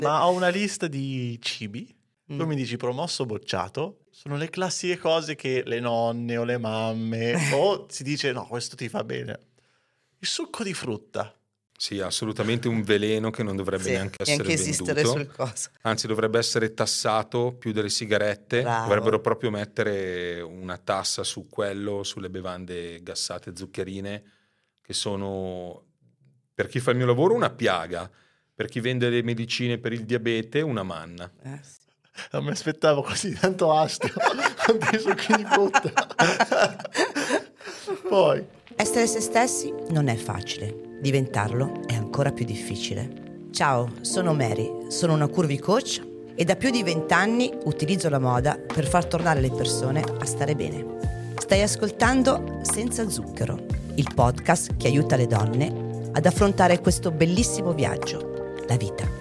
Ma ho una lista di cibi. Tu mi dici promosso o bocciato? Sono le classiche cose che le nonne o le mamme o si dice no, questo ti fa bene. Il succo di frutta. Sì, assolutamente un veleno che non dovrebbe neanche essere esistere venduto. sul coso. Anzi, dovrebbe essere tassato più delle sigarette. Bravo. Dovrebbero proprio mettere una tassa su quello, sulle bevande gassate zuccherine, che sono, per chi fa il mio lavoro, una piaga. Per chi vende le medicine per il diabete, una manna. Sì. Non mi aspettavo così tanto astio con dei succhi di frutta. Poi Essere se stessi non è facile, diventarlo è ancora più difficile. Ciao, sono Mary, sono una curvy coach e da più di 20 anni utilizzo la moda per far tornare le persone a stare bene. Stai ascoltando Senza Zucchero, il podcast che aiuta le donne ad affrontare questo bellissimo viaggio, la vita.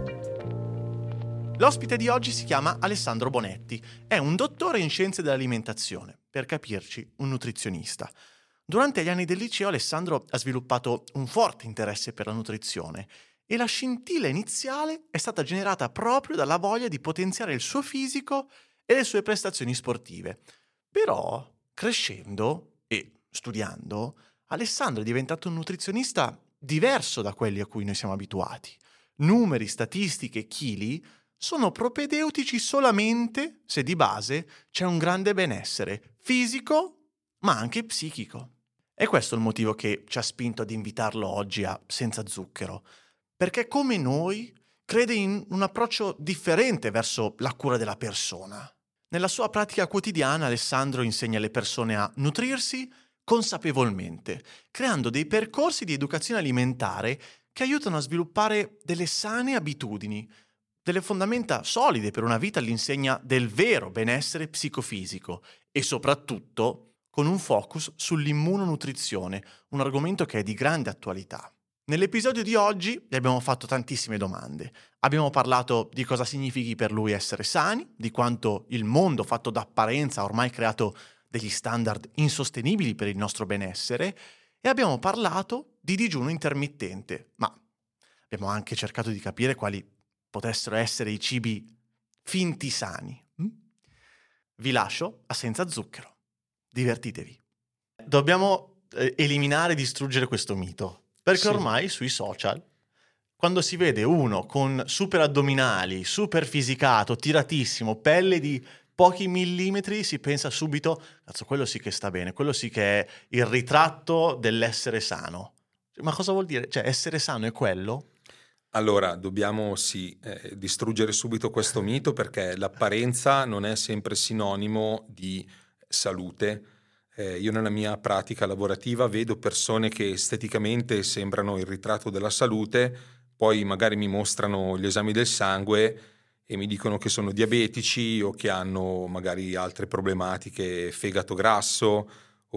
l'ospite di oggi si chiama Alessandro Bonetti. È un dottore in scienze dell'alimentazione, per capirci, un nutrizionista. Durante gli anni del liceo Alessandro ha sviluppato un forte interesse per la nutrizione e la scintilla iniziale è stata generata proprio dalla voglia di potenziare il suo fisico e le sue prestazioni sportive. Però, crescendo e studiando, Alessandro è diventato un nutrizionista diverso da quelli a cui noi siamo abituati. Numeri, statistiche, chili sono propedeutici solamente se di base c'è un grande benessere fisico ma anche psichico. E questo è il motivo che ci ha spinto ad invitarlo oggi a Senza Zucchero, perché come noi crede in un approccio differente verso la cura della persona. Nella sua pratica quotidiana Alessandro insegna alle persone a nutrirsi consapevolmente, creando dei percorsi di educazione alimentare che aiutano a sviluppare delle sane abitudini, delle fondamenta solide per una vita all'insegna del vero benessere psicofisico e soprattutto con un focus sull'immunonutrizione, un argomento che è di grande attualità. Nell'episodio di oggi gli abbiamo fatto tantissime domande. Abbiamo parlato di cosa significhi per lui essere sani, di quanto il mondo fatto d'apparenza ha ormai creato degli standard insostenibili per il nostro benessere e abbiamo parlato di digiuno intermittente, ma abbiamo anche cercato di capire quali potessero essere i cibi finti sani. Vi lascio a Senza Zucchero. Divertitevi. Dobbiamo eliminare e distruggere questo mito, perché Sì. ormai sui social, quando si vede uno con super addominali, super fisicato, tiratissimo, pelle di pochi millimetri, si pensa subito, cazzo, quello sì che sta bene, quello sì che è il ritratto dell'essere sano. Ma cosa vuol dire? Cioè, essere sano è quello? Allora, dobbiamo distruggere subito questo mito, perché l'apparenza non è sempre sinonimo di salute. Io nella mia pratica lavorativa vedo persone che esteticamente sembrano il ritratto della salute, poi magari mi mostrano gli esami del sangue e mi dicono che sono diabetici o che hanno magari altre problematiche, fegato grasso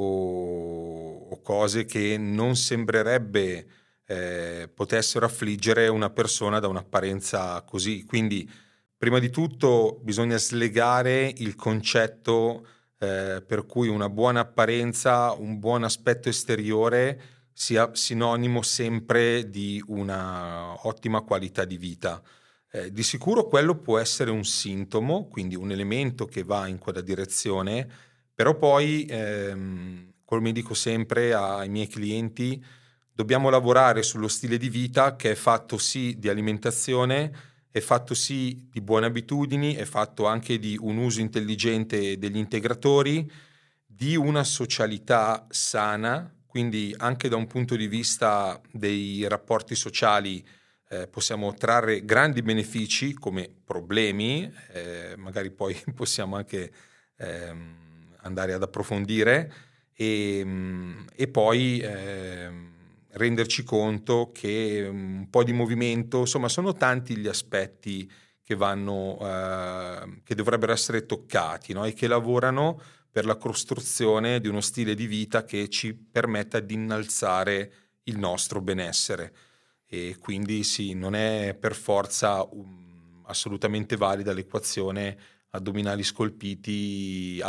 o cose che non sembrerebbe potessero affliggere una persona da un'apparenza così. Quindi, prima di tutto, bisogna slegare il concetto per cui una buona apparenza, un buon aspetto esteriore sia sinonimo sempre di una ottima qualità di vita. Di sicuro quello può essere un sintomo, quindi un elemento che va in quella direzione, però poi, come dico sempre ai miei clienti, dobbiamo lavorare sullo stile di vita che è fatto sì di alimentazione, è fatto sì di buone abitudini, è fatto anche di un uso intelligente degli integratori, di una socialità sana, quindi anche da un punto di vista dei rapporti sociali possiamo trarre grandi benefici come problemi, magari poi possiamo anche andare ad approfondire e poi renderci conto che un po' di movimento, insomma, sono tanti gli aspetti che vanno, che dovrebbero essere toccati, no? E che lavorano per la costruzione di uno stile di vita che ci permetta di innalzare il nostro benessere. E quindi sì, non è per forza assolutamente valida l'equazione addominali scolpiti,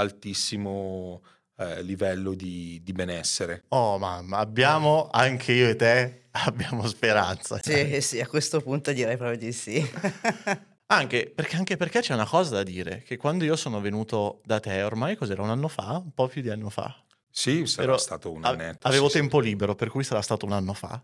altissimo livello di benessere. Oh mamma, abbiamo anche io e te abbiamo speranza. Sì, a questo punto direi proprio di sì. Anche perché c'è una cosa da dire, che quando io sono venuto da te, ormai cos'era, un anno fa? Un po' più di anno fa. Sì, sarà Però stato un annetto. avevo sì, tempo libero, per cui sarà stato un anno fa.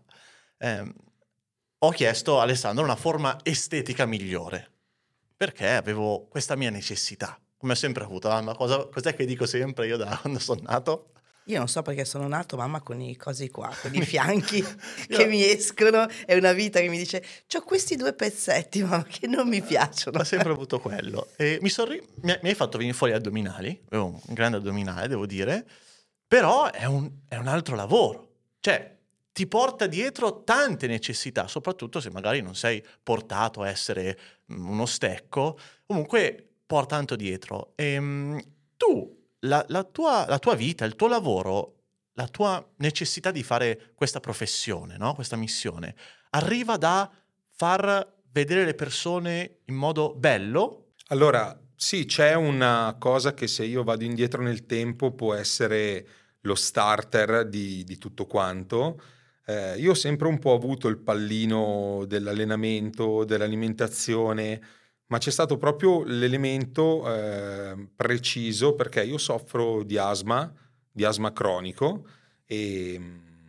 Ho chiesto a Alessandro una forma estetica migliore, perché avevo questa mia necessità, come ho sempre avuto. Ma cos'è che dico sempre io da quando sono nato? Io non so perché sono nato, mamma, con i cosi qua, con i fianchi che mi escono. È una vita che mi dice, c'ho questi 2 pezzetti, mamma, che non mi piacciono. Ho sempre avuto quello. E mi hai fatto venire fuori gli addominali, avevo un grande addominale, devo dire, però è un altro lavoro. Cioè, ti porta dietro tante necessità, soprattutto se magari non sei portato a essere uno stecco, comunque porta tanto dietro. Tu, la tua vita, il tuo lavoro, la tua necessità di fare questa professione, no? Questa missione, arriva da far vedere le persone in modo bello? Allora, sì, c'è una cosa che se io vado indietro nel tempo può essere lo starter di tutto quanto. Io ho sempre un po' avuto il pallino dell'allenamento, dell'alimentazione, ma c'è stato proprio l'elemento preciso perché io soffro di asma cronico e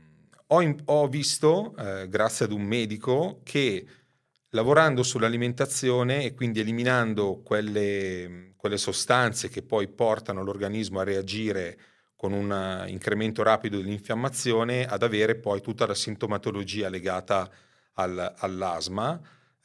ho visto, grazie ad un medico, che lavorando sull'alimentazione e quindi eliminando quelle sostanze che poi portano l'organismo a reagire con un incremento rapido dell'infiammazione ad avere poi tutta la sintomatologia legata all'asma.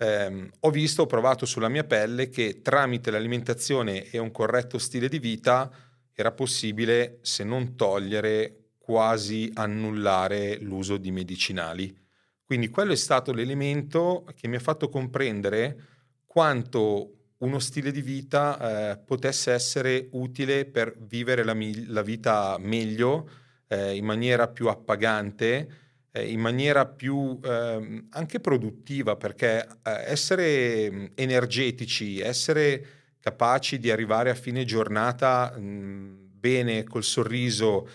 Ho provato sulla mia pelle che tramite l'alimentazione e un corretto stile di vita era possibile, se non togliere, quasi annullare l'uso di medicinali. Quindi quello è stato l'elemento che mi ha fatto comprendere quanto uno stile di vita potesse essere utile per vivere la vita meglio, in maniera più appagante, in maniera più anche produttiva, perché essere energetici, essere capaci di arrivare a fine giornata bene, col sorriso,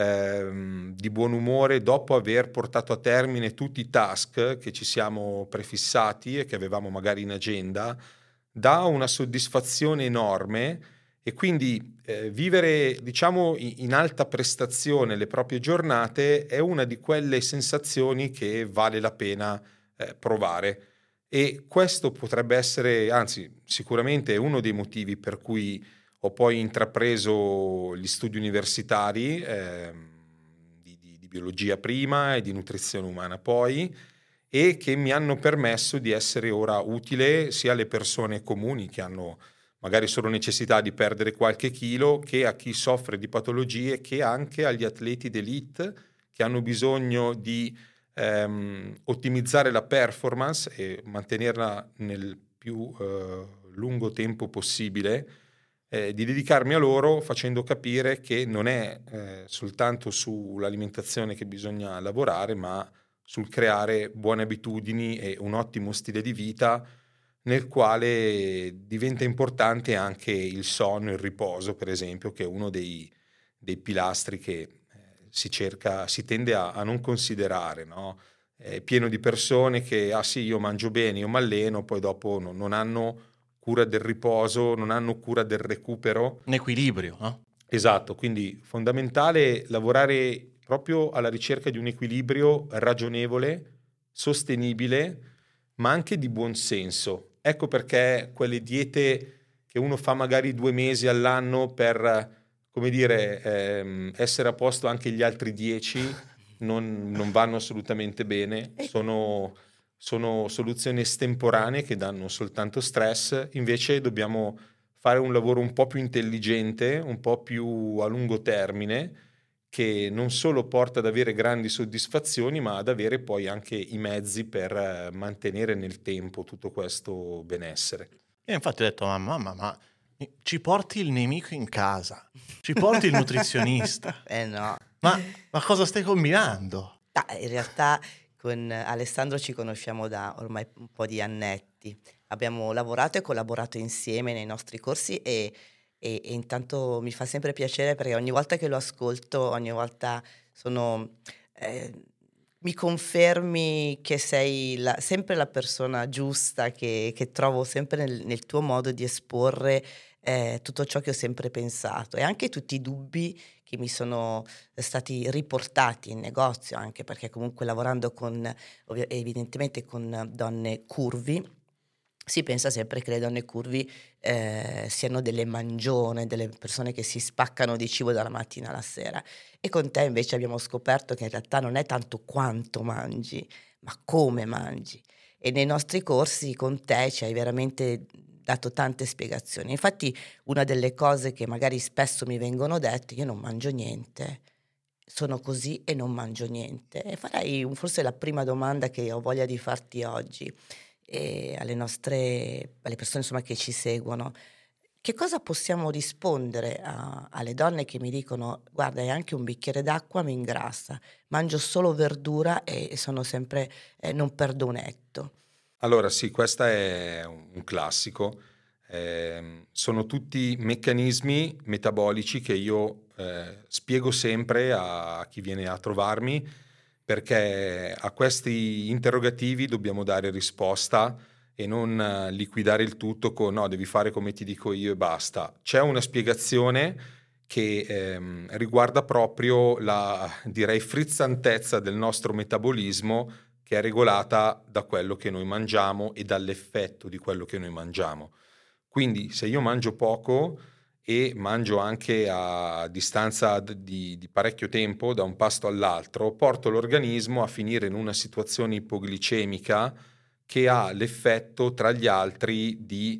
di buon umore, dopo aver portato a termine tutti i task che ci siamo prefissati e che avevamo magari in agenda, dà una soddisfazione enorme e quindi vivere, diciamo, in alta prestazione le proprie giornate è una di quelle sensazioni che vale la pena provare. E questo potrebbe essere, anzi, sicuramente è uno dei motivi per cui ho poi intrapreso gli studi universitari di biologia prima e di nutrizione umana poi, e che mi hanno permesso di essere ora utile sia alle persone comuni che hanno magari solo necessità di perdere qualche chilo, che a chi soffre di patologie, che anche agli atleti d'élite che hanno bisogno di ottimizzare la performance e mantenerla nel più lungo tempo possibile, di dedicarmi a loro facendo capire che non è soltanto sull'alimentazione che bisogna lavorare, ma sul creare buone abitudini e un ottimo stile di vita nel quale diventa importante anche il sonno, il riposo, per esempio, che è uno dei pilastri che si tende a non considerare, no? È pieno di persone che, ah sì, io mangio bene, io mi alleno, poi dopo non hanno cura del riposo, non hanno cura del recupero. Un equilibrio, no? Esatto, quindi fondamentale lavorare proprio alla ricerca di un equilibrio ragionevole, sostenibile, ma anche di buon senso. Ecco perché quelle diete che uno fa magari 2 mesi all'anno per, come dire, essere a posto anche gli altri 10 non vanno assolutamente bene. Sono soluzioni estemporanee che danno soltanto stress. Invece dobbiamo fare un lavoro un po' più intelligente, un po' più a lungo termine, che non solo porta ad avere grandi soddisfazioni, ma ad avere poi anche i mezzi per mantenere nel tempo tutto questo benessere. E infatti ho detto, mamma, ma ci porti il nemico in casa, ci porti il nutrizionista. No. Ma cosa stai combinando? In realtà con Alessandro ci conosciamo da ormai un po' di annetti. Abbiamo lavorato e collaborato insieme nei nostri corsi e intanto mi fa sempre piacere perché ogni volta che lo ascolto, ogni volta Mi confermi che sei sempre la persona giusta che trovo sempre nel tuo modo di esporre tutto ciò che ho sempre pensato e anche tutti i dubbi che mi sono stati riportati in negozio, anche perché comunque lavorando evidentemente con donne curvi, si pensa sempre che le donne curvi siano delle mangione, delle persone che si spaccano di cibo dalla mattina alla sera. E con te invece abbiamo scoperto che in realtà non è tanto quanto mangi, ma come mangi. E nei nostri corsi con te ci hai veramente dato tante spiegazioni. Infatti una delle cose che magari spesso mi vengono dette, io non mangio niente, sono così e non mangio niente. E farei forse la prima domanda che ho voglia di farti oggi alle persone insomma che ci seguono. Che cosa possiamo rispondere alle donne che mi dicono: "Guarda, e anche un bicchiere d'acqua mi ingrassa, mangio solo verdura e sono sempre non perdo un etto"? Allora sì, questa è un classico. Sono tutti meccanismi metabolici che io spiego sempre a chi viene a trovarmi, perché a questi interrogativi dobbiamo dare risposta e non liquidare il tutto con no, devi fare come ti dico io e basta. C'è una spiegazione che riguarda proprio la, direi, frizzantezza del nostro metabolismo, che è regolata da quello che noi mangiamo e dall'effetto di quello che noi mangiamo. Quindi se io mangio poco e mangio anche a distanza di parecchio tempo da un pasto all'altro, porto l'organismo a finire in una situazione ipoglicemica che ha l'effetto, tra gli altri, di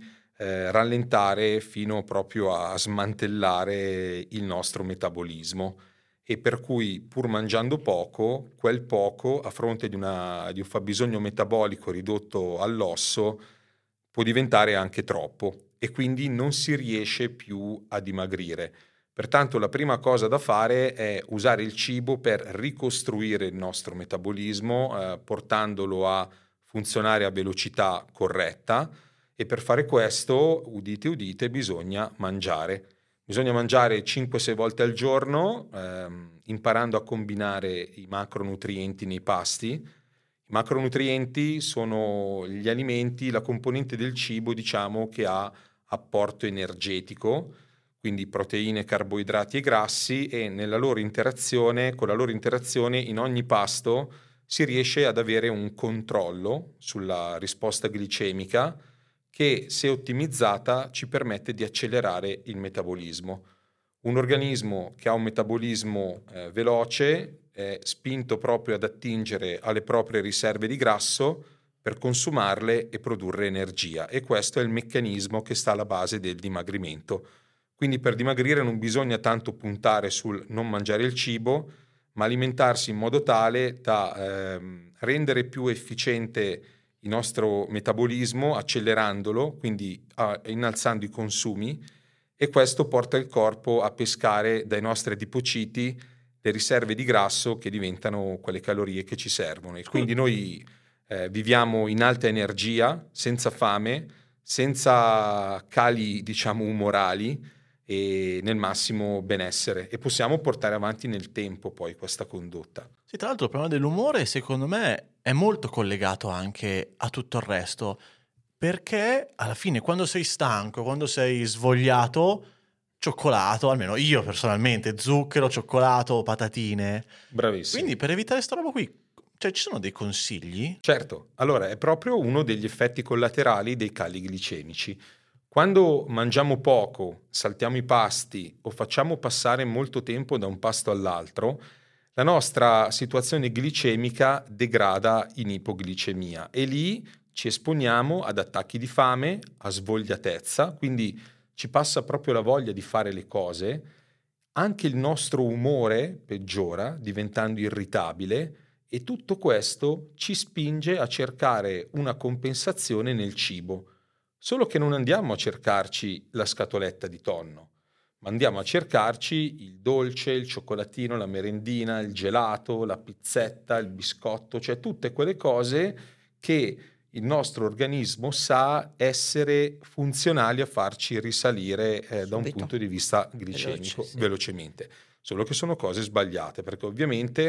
rallentare fino proprio a smantellare il nostro metabolismo. E per cui, pur mangiando poco, quel poco, a fronte di un fabbisogno metabolico ridotto all'osso, può diventare anche troppo e quindi non si riesce più a dimagrire. Pertanto la prima cosa da fare è usare il cibo per ricostruire il nostro metabolismo, portandolo a funzionare a velocità corretta, e per fare questo, udite udite, bisogna mangiare. Bisogna mangiare 5-6 volte al giorno, imparando a combinare i macronutrienti nei pasti. I macronutrienti sono gli alimenti, la componente del cibo, diciamo, che ha apporto energetico, quindi proteine, carboidrati e grassi, e nella loro interazione, con la loro interazione in ogni pasto si riesce ad avere un controllo sulla risposta glicemica che, se ottimizzata, ci permette di accelerare il metabolismo. Un organismo che ha un metabolismo veloce è spinto proprio ad attingere alle proprie riserve di grasso per consumarle e produrre energia, e questo è il meccanismo che sta alla base del dimagrimento. Quindi per dimagrire non bisogna tanto puntare sul non mangiare il cibo, ma alimentarsi in modo tale da rendere più efficiente il nostro metabolismo, accelerandolo, quindi innalzando i consumi, e questo porta il corpo a pescare dai nostri adipociti le riserve di grasso che diventano quelle calorie che ci servono. E quindi noi viviamo in alta energia, senza fame, senza cali, diciamo, umorali, e nel massimo benessere, e possiamo portare avanti nel tempo poi questa condotta. Sì, tra l'altro il problema dell'umore secondo me è molto collegato anche a tutto il resto, perché alla fine quando sei stanco, quando sei svogliato, cioccolato, almeno io personalmente, zucchero, cioccolato, patatine. Bravissimo. Quindi per evitare sta roba qui, cioè ci sono dei consigli? Certo, allora è proprio uno degli effetti collaterali dei cali glicemici. Quando mangiamo poco, saltiamo i pasti o facciamo passare molto tempo da un pasto all'altro, la nostra situazione glicemica degrada in ipoglicemia e lì ci esponiamo ad attacchi di fame, a svogliatezza, quindi ci passa proprio la voglia di fare le cose, anche il nostro umore peggiora, diventando irritabile, e tutto questo ci spinge a cercare una compensazione nel cibo. Solo che non andiamo a cercarci la scatoletta di tonno, ma andiamo a cercarci il dolce, il cioccolatino, la merendina, il gelato, la pizzetta, il biscotto, cioè tutte quelle cose che il nostro organismo sa essere funzionali a farci risalire da un punto di vista glicemico velocemente. Solo che sono cose sbagliate, perché ovviamente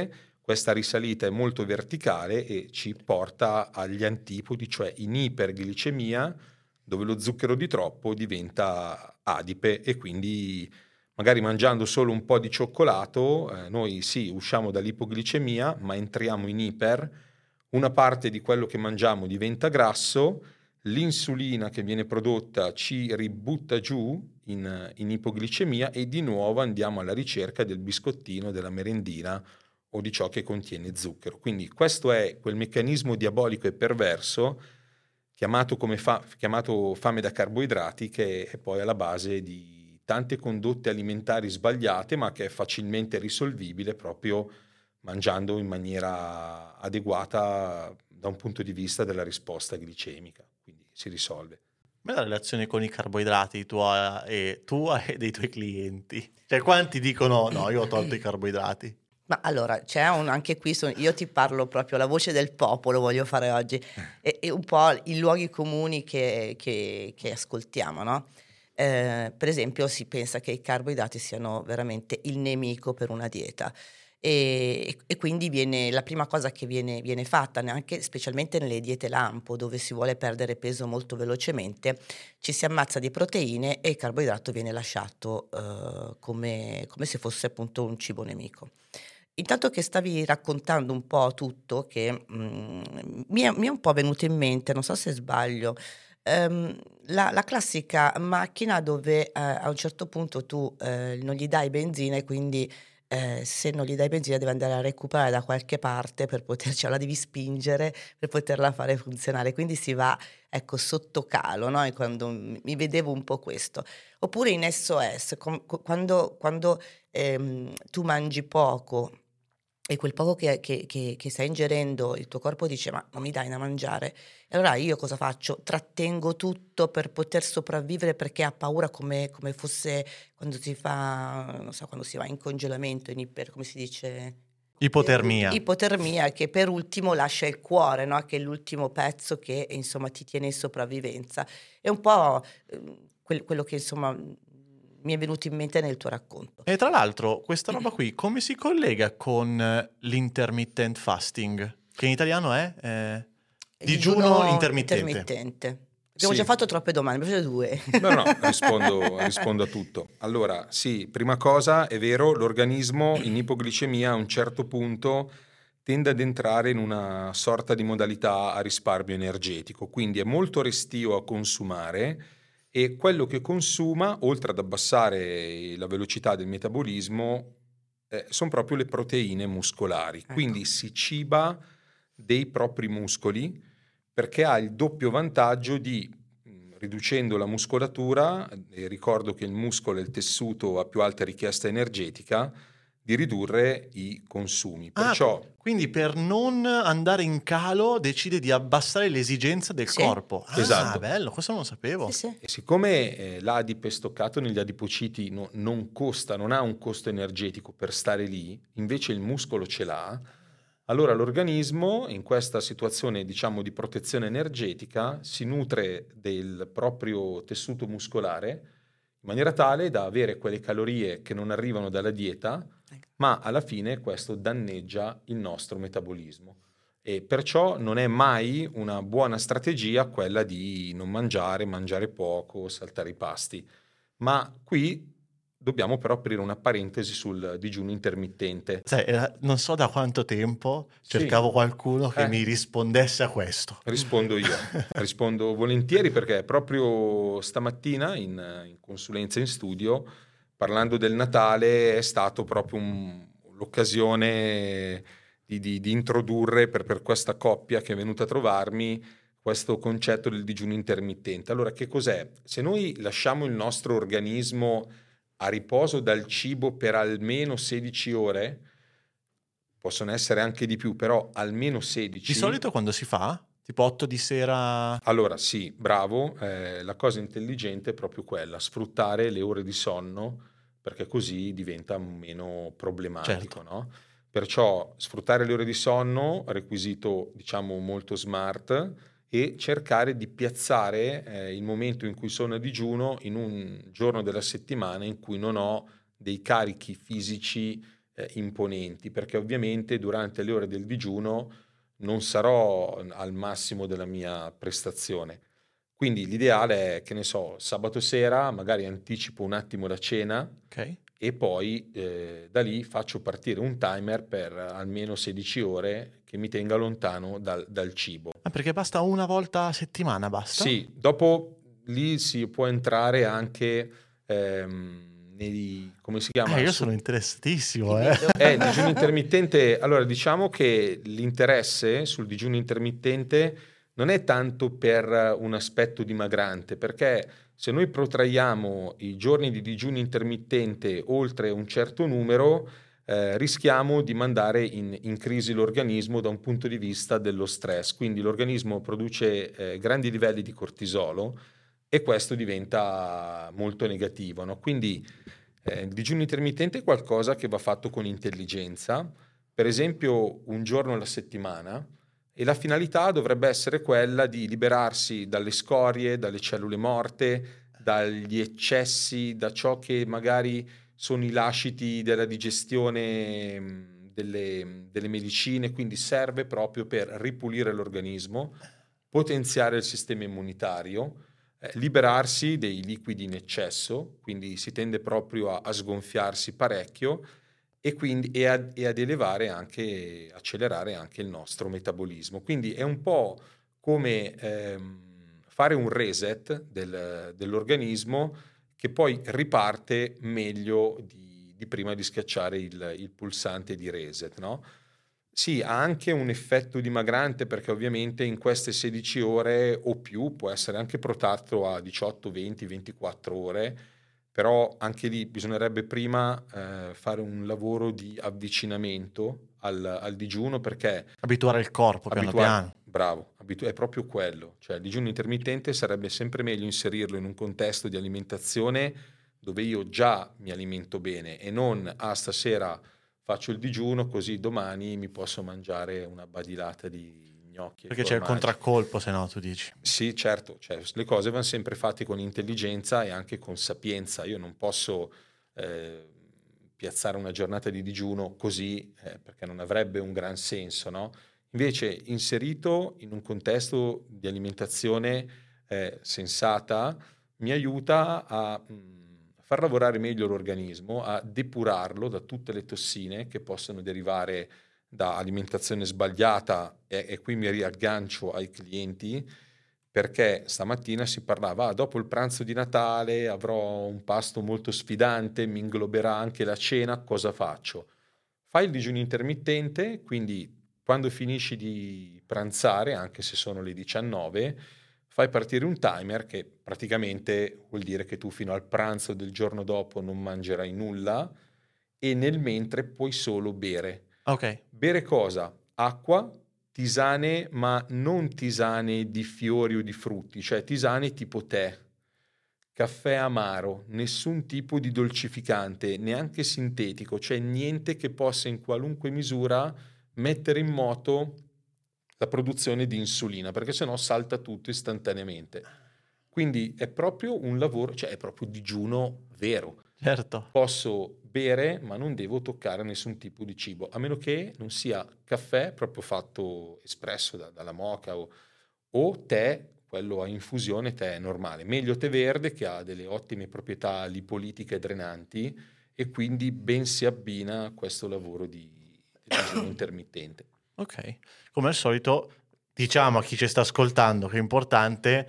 questa risalita è molto verticale e ci porta agli antipodi, cioè in iperglicemia, dove lo zucchero di troppo diventa adipe e quindi magari mangiando solo un po' di cioccolato, noi sì, usciamo dall'ipoglicemia, ma entriamo in iper, una parte di quello che mangiamo diventa grasso, l'insulina che viene prodotta ci ributta giù in ipoglicemia e di nuovo andiamo alla ricerca del biscottino, della merendina o di ciò che contiene zucchero. Quindi questo è quel meccanismo diabolico e perverso chiamato fame da carboidrati, che è poi alla base di tante condotte alimentari sbagliate, ma che è facilmente risolvibile proprio mangiando in maniera adeguata da un punto di vista della risposta glicemica. Quindi si risolve. Ma la relazione con i carboidrati tua e dei tuoi clienti? Cioè, quanti dicono no, io ho tolto i carboidrati? Ma allora, c'è anche qui, io ti parlo proprio, la voce del popolo voglio fare oggi, e un po' i luoghi comuni che ascoltiamo, no? Per esempio si pensa che i carboidrati siano veramente il nemico per una dieta e quindi la prima cosa che viene fatta, neanche specialmente nelle diete lampo, dove si vuole perdere peso molto velocemente, ci si ammazza di proteine e il carboidrato viene lasciato come se fosse appunto un cibo nemico. Intanto che stavi raccontando un po' tutto, che mi è un po' venuto in mente, non so se sbaglio, la classica macchina dove a un certo punto tu non gli dai benzina e quindi se non gli dai benzina deve andare a recuperare da qualche parte per poterci, la devi spingere per poterla fare funzionare. Quindi si va, ecco, sotto calo, no? E quando mi vedevo un po' questo. Oppure in SOS, quando tu mangi poco e quel poco che stai ingerendo, il tuo corpo dice: "Ma non mi dai da mangiare?" E allora io cosa faccio? Trattengo tutto per poter sopravvivere perché ha paura, come fosse quando si fa, non so, quando si va in congelamento, come si dice? Ipotermia. Ipotermia, che per ultimo lascia il cuore, no, che è l'ultimo pezzo che, insomma, ti tiene in sopravvivenza. È un po', quello che, insomma, mi è venuto in mente nel tuo racconto. E tra l'altro, questa roba qui come si collega con l'intermittent fasting? Che in italiano è digiuno intermittente. Abbiamo Sì. già fatto troppe domande, ne faccio 2. No, rispondo a tutto. Allora, sì, prima cosa, è vero, l'organismo in ipoglicemia a un certo punto tende ad entrare in una sorta di modalità a risparmio energetico, quindi è molto restio a consumare e quello che consuma, oltre ad abbassare la velocità del metabolismo, sono proprio le proteine muscolari. Ecco. Quindi si ciba dei propri muscoli perché ha il doppio vantaggio di, riducendo la muscolatura, e ricordo che il muscolo è il tessuto a più alta richiesta energetica, di ridurre i consumi. Perciò, quindi per non andare in calo decide di abbassare l'esigenza del Sì. corpo. Esatto. Bello, questo non lo sapevo. Sì. e siccome l'adipe stoccato negli adipociti non ha un costo energetico per stare lì, invece il muscolo ce l'ha, allora l'organismo in questa situazione, diciamo, di protezione energetica si nutre del proprio tessuto muscolare in maniera tale da avere quelle calorie che non arrivano dalla dieta, ma alla fine questo danneggia il nostro metabolismo. E perciò non è mai una buona strategia quella di non mangiare poco, saltare i pasti. Ma qui dobbiamo però aprire una parentesi sul digiuno intermittente. Sai, non so da quanto tempo cercavo qualcuno che mi rispondesse a questo. Rispondo io, rispondo volentieri perché proprio stamattina in consulenza in studio, parlando del Natale, è stato proprio l'occasione di introdurre per questa coppia che è venuta a trovarmi questo concetto del digiuno intermittente. Allora, che cos'è? Se noi lasciamo il nostro organismo a riposo dal cibo per almeno 16 ore, possono essere anche di più, però almeno 16. Di solito quando si fa? Tipo 8 di sera? Allora sì, bravo, la cosa intelligente è proprio quella, sfruttare le ore di sonno, perché così diventa meno problematico, Certo. no? Perciò sfruttare le ore di sonno, requisito diciamo molto smart, e cercare di piazzare il momento in cui sono a digiuno in un giorno della settimana in cui non ho dei carichi fisici imponenti, perché ovviamente durante le ore del digiuno non sarò al massimo della mia prestazione. Quindi l'ideale è, che ne so, sabato sera magari anticipo un attimo la cena, Ok. e poi da lì faccio partire un timer per almeno 16 ore che mi tenga lontano dal cibo. Ah, perché basta una volta a settimana, basta? Sì, dopo lì si può entrare anche nei, come si chiama? Io sono interessatissimo, Il digiuno intermittente. Allora, diciamo che l'interesse sul digiuno intermittente non è tanto per un aspetto dimagrante, perché se noi protraiamo i giorni di digiuno intermittente oltre un certo numero, rischiamo di mandare in crisi l'organismo da un punto di vista dello stress. Quindi l'organismo produce grandi livelli di cortisolo e questo diventa molto negativo, no? Quindi il digiuno intermittente è qualcosa che va fatto con intelligenza, per esempio un giorno alla settimana, e la finalità dovrebbe essere quella di liberarsi dalle scorie, dalle cellule morte, dagli eccessi, da ciò che magari sono i lasciti della digestione delle medicine, quindi serve proprio per ripulire l'organismo, potenziare il sistema immunitario, liberarsi dei liquidi in eccesso, quindi si tende proprio a sgonfiarsi parecchio e quindi ad elevare anche, accelerare anche il nostro metabolismo. Quindi è un po' come fare un reset dell'organismo che poi riparte meglio di prima di schiacciare il pulsante di reset, no? Sì, ha anche un effetto dimagrante perché ovviamente in queste 16 ore o più può essere anche protratto a 18, 20, 24 ore, però anche lì bisognerebbe prima fare un lavoro di avvicinamento al digiuno, perché Abituare il corpo piano piano. bravo, è proprio quello. Cioè il digiuno intermittente sarebbe sempre meglio inserirlo in un contesto di alimentazione dove io già mi alimento bene e non stasera faccio il digiuno così domani mi posso mangiare una badilata di gnocchi e Perché c'è il formaggi. contraccolpo, se no, tu dici. Sì, certo, cioè, le cose vanno sempre fatte con intelligenza e anche con sapienza. Io non posso piazzare una giornata di digiuno così perché non avrebbe un gran senso, no? Invece, inserito in un contesto di alimentazione sensata, mi aiuta a far lavorare meglio l'organismo, a depurarlo da tutte le tossine che possono derivare da alimentazione sbagliata, e qui mi riaggancio ai clienti, perché stamattina si parlava, dopo il pranzo di Natale avrò un pasto molto sfidante, mi ingloberà anche la cena, cosa faccio? Fai il digiuno intermittente, quindi quando finisci di pranzare, anche se sono le 19, fai partire un timer che praticamente vuol dire che tu fino al pranzo del giorno dopo non mangerai nulla e nel mentre puoi solo bere. Ok. Bere cosa? Acqua, tisane, ma non tisane di fiori o di frutti, cioè tisane tipo tè, caffè amaro, nessun tipo di dolcificante, neanche sintetico, cioè niente che possa in qualunque misura mettere in moto la produzione di insulina, perché sennò salta tutto istantaneamente. Quindi è proprio un lavoro, cioè è proprio digiuno vero. Certo. Posso bere, ma non devo toccare nessun tipo di cibo, a meno che non sia caffè proprio fatto espresso dalla moka o tè, quello a infusione, tè normale. Meglio tè verde, che ha delle ottime proprietà lipolitiche e drenanti, e quindi ben si abbina a questo lavoro di digiuno intermittente. Ok. Come al solito, diciamo a chi ci sta ascoltando che è importante,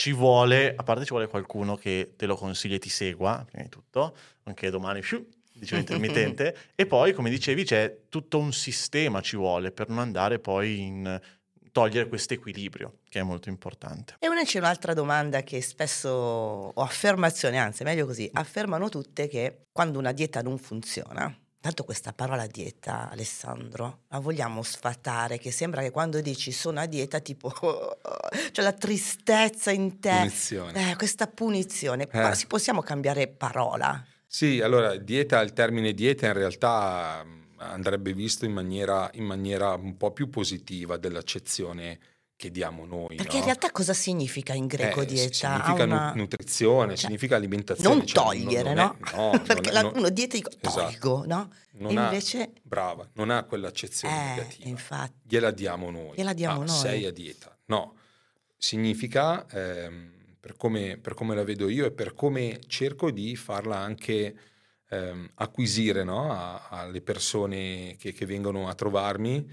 a parte ci vuole qualcuno che te lo consiglia e ti segua, prima di tutto, anche domani, digiuno intermittente, e poi, come dicevi, c'è tutto un sistema ci vuole per non andare poi in togliere questo equilibrio, che è molto importante. E c'è un'altra domanda che spesso, o affermazione, anzi è meglio così, affermano tutte che quando una dieta non funziona, tanto questa parola dieta, Alessandro, la vogliamo sfatare, che sembra che quando dici sono a dieta tipo c'è la tristezza in te, Punizione. questa punizione, possiamo cambiare parola? Sì, allora il termine dieta in realtà andrebbe visto in maniera un po' più positiva dell'accezione che diamo noi. Perché no? in realtà cosa significa in greco dieta? Significa nutrizione, significa alimentazione. Non togliere, no? Perché uno dieta dico tolgo, esatto. no? Non e ha, invece... brava, non ha quell'accezione negativa. Infatti. Gliela diamo noi. Sei a dieta. No, significa, per come la vedo io e per come cerco di farla anche acquisire, no? alle persone che vengono a trovarmi.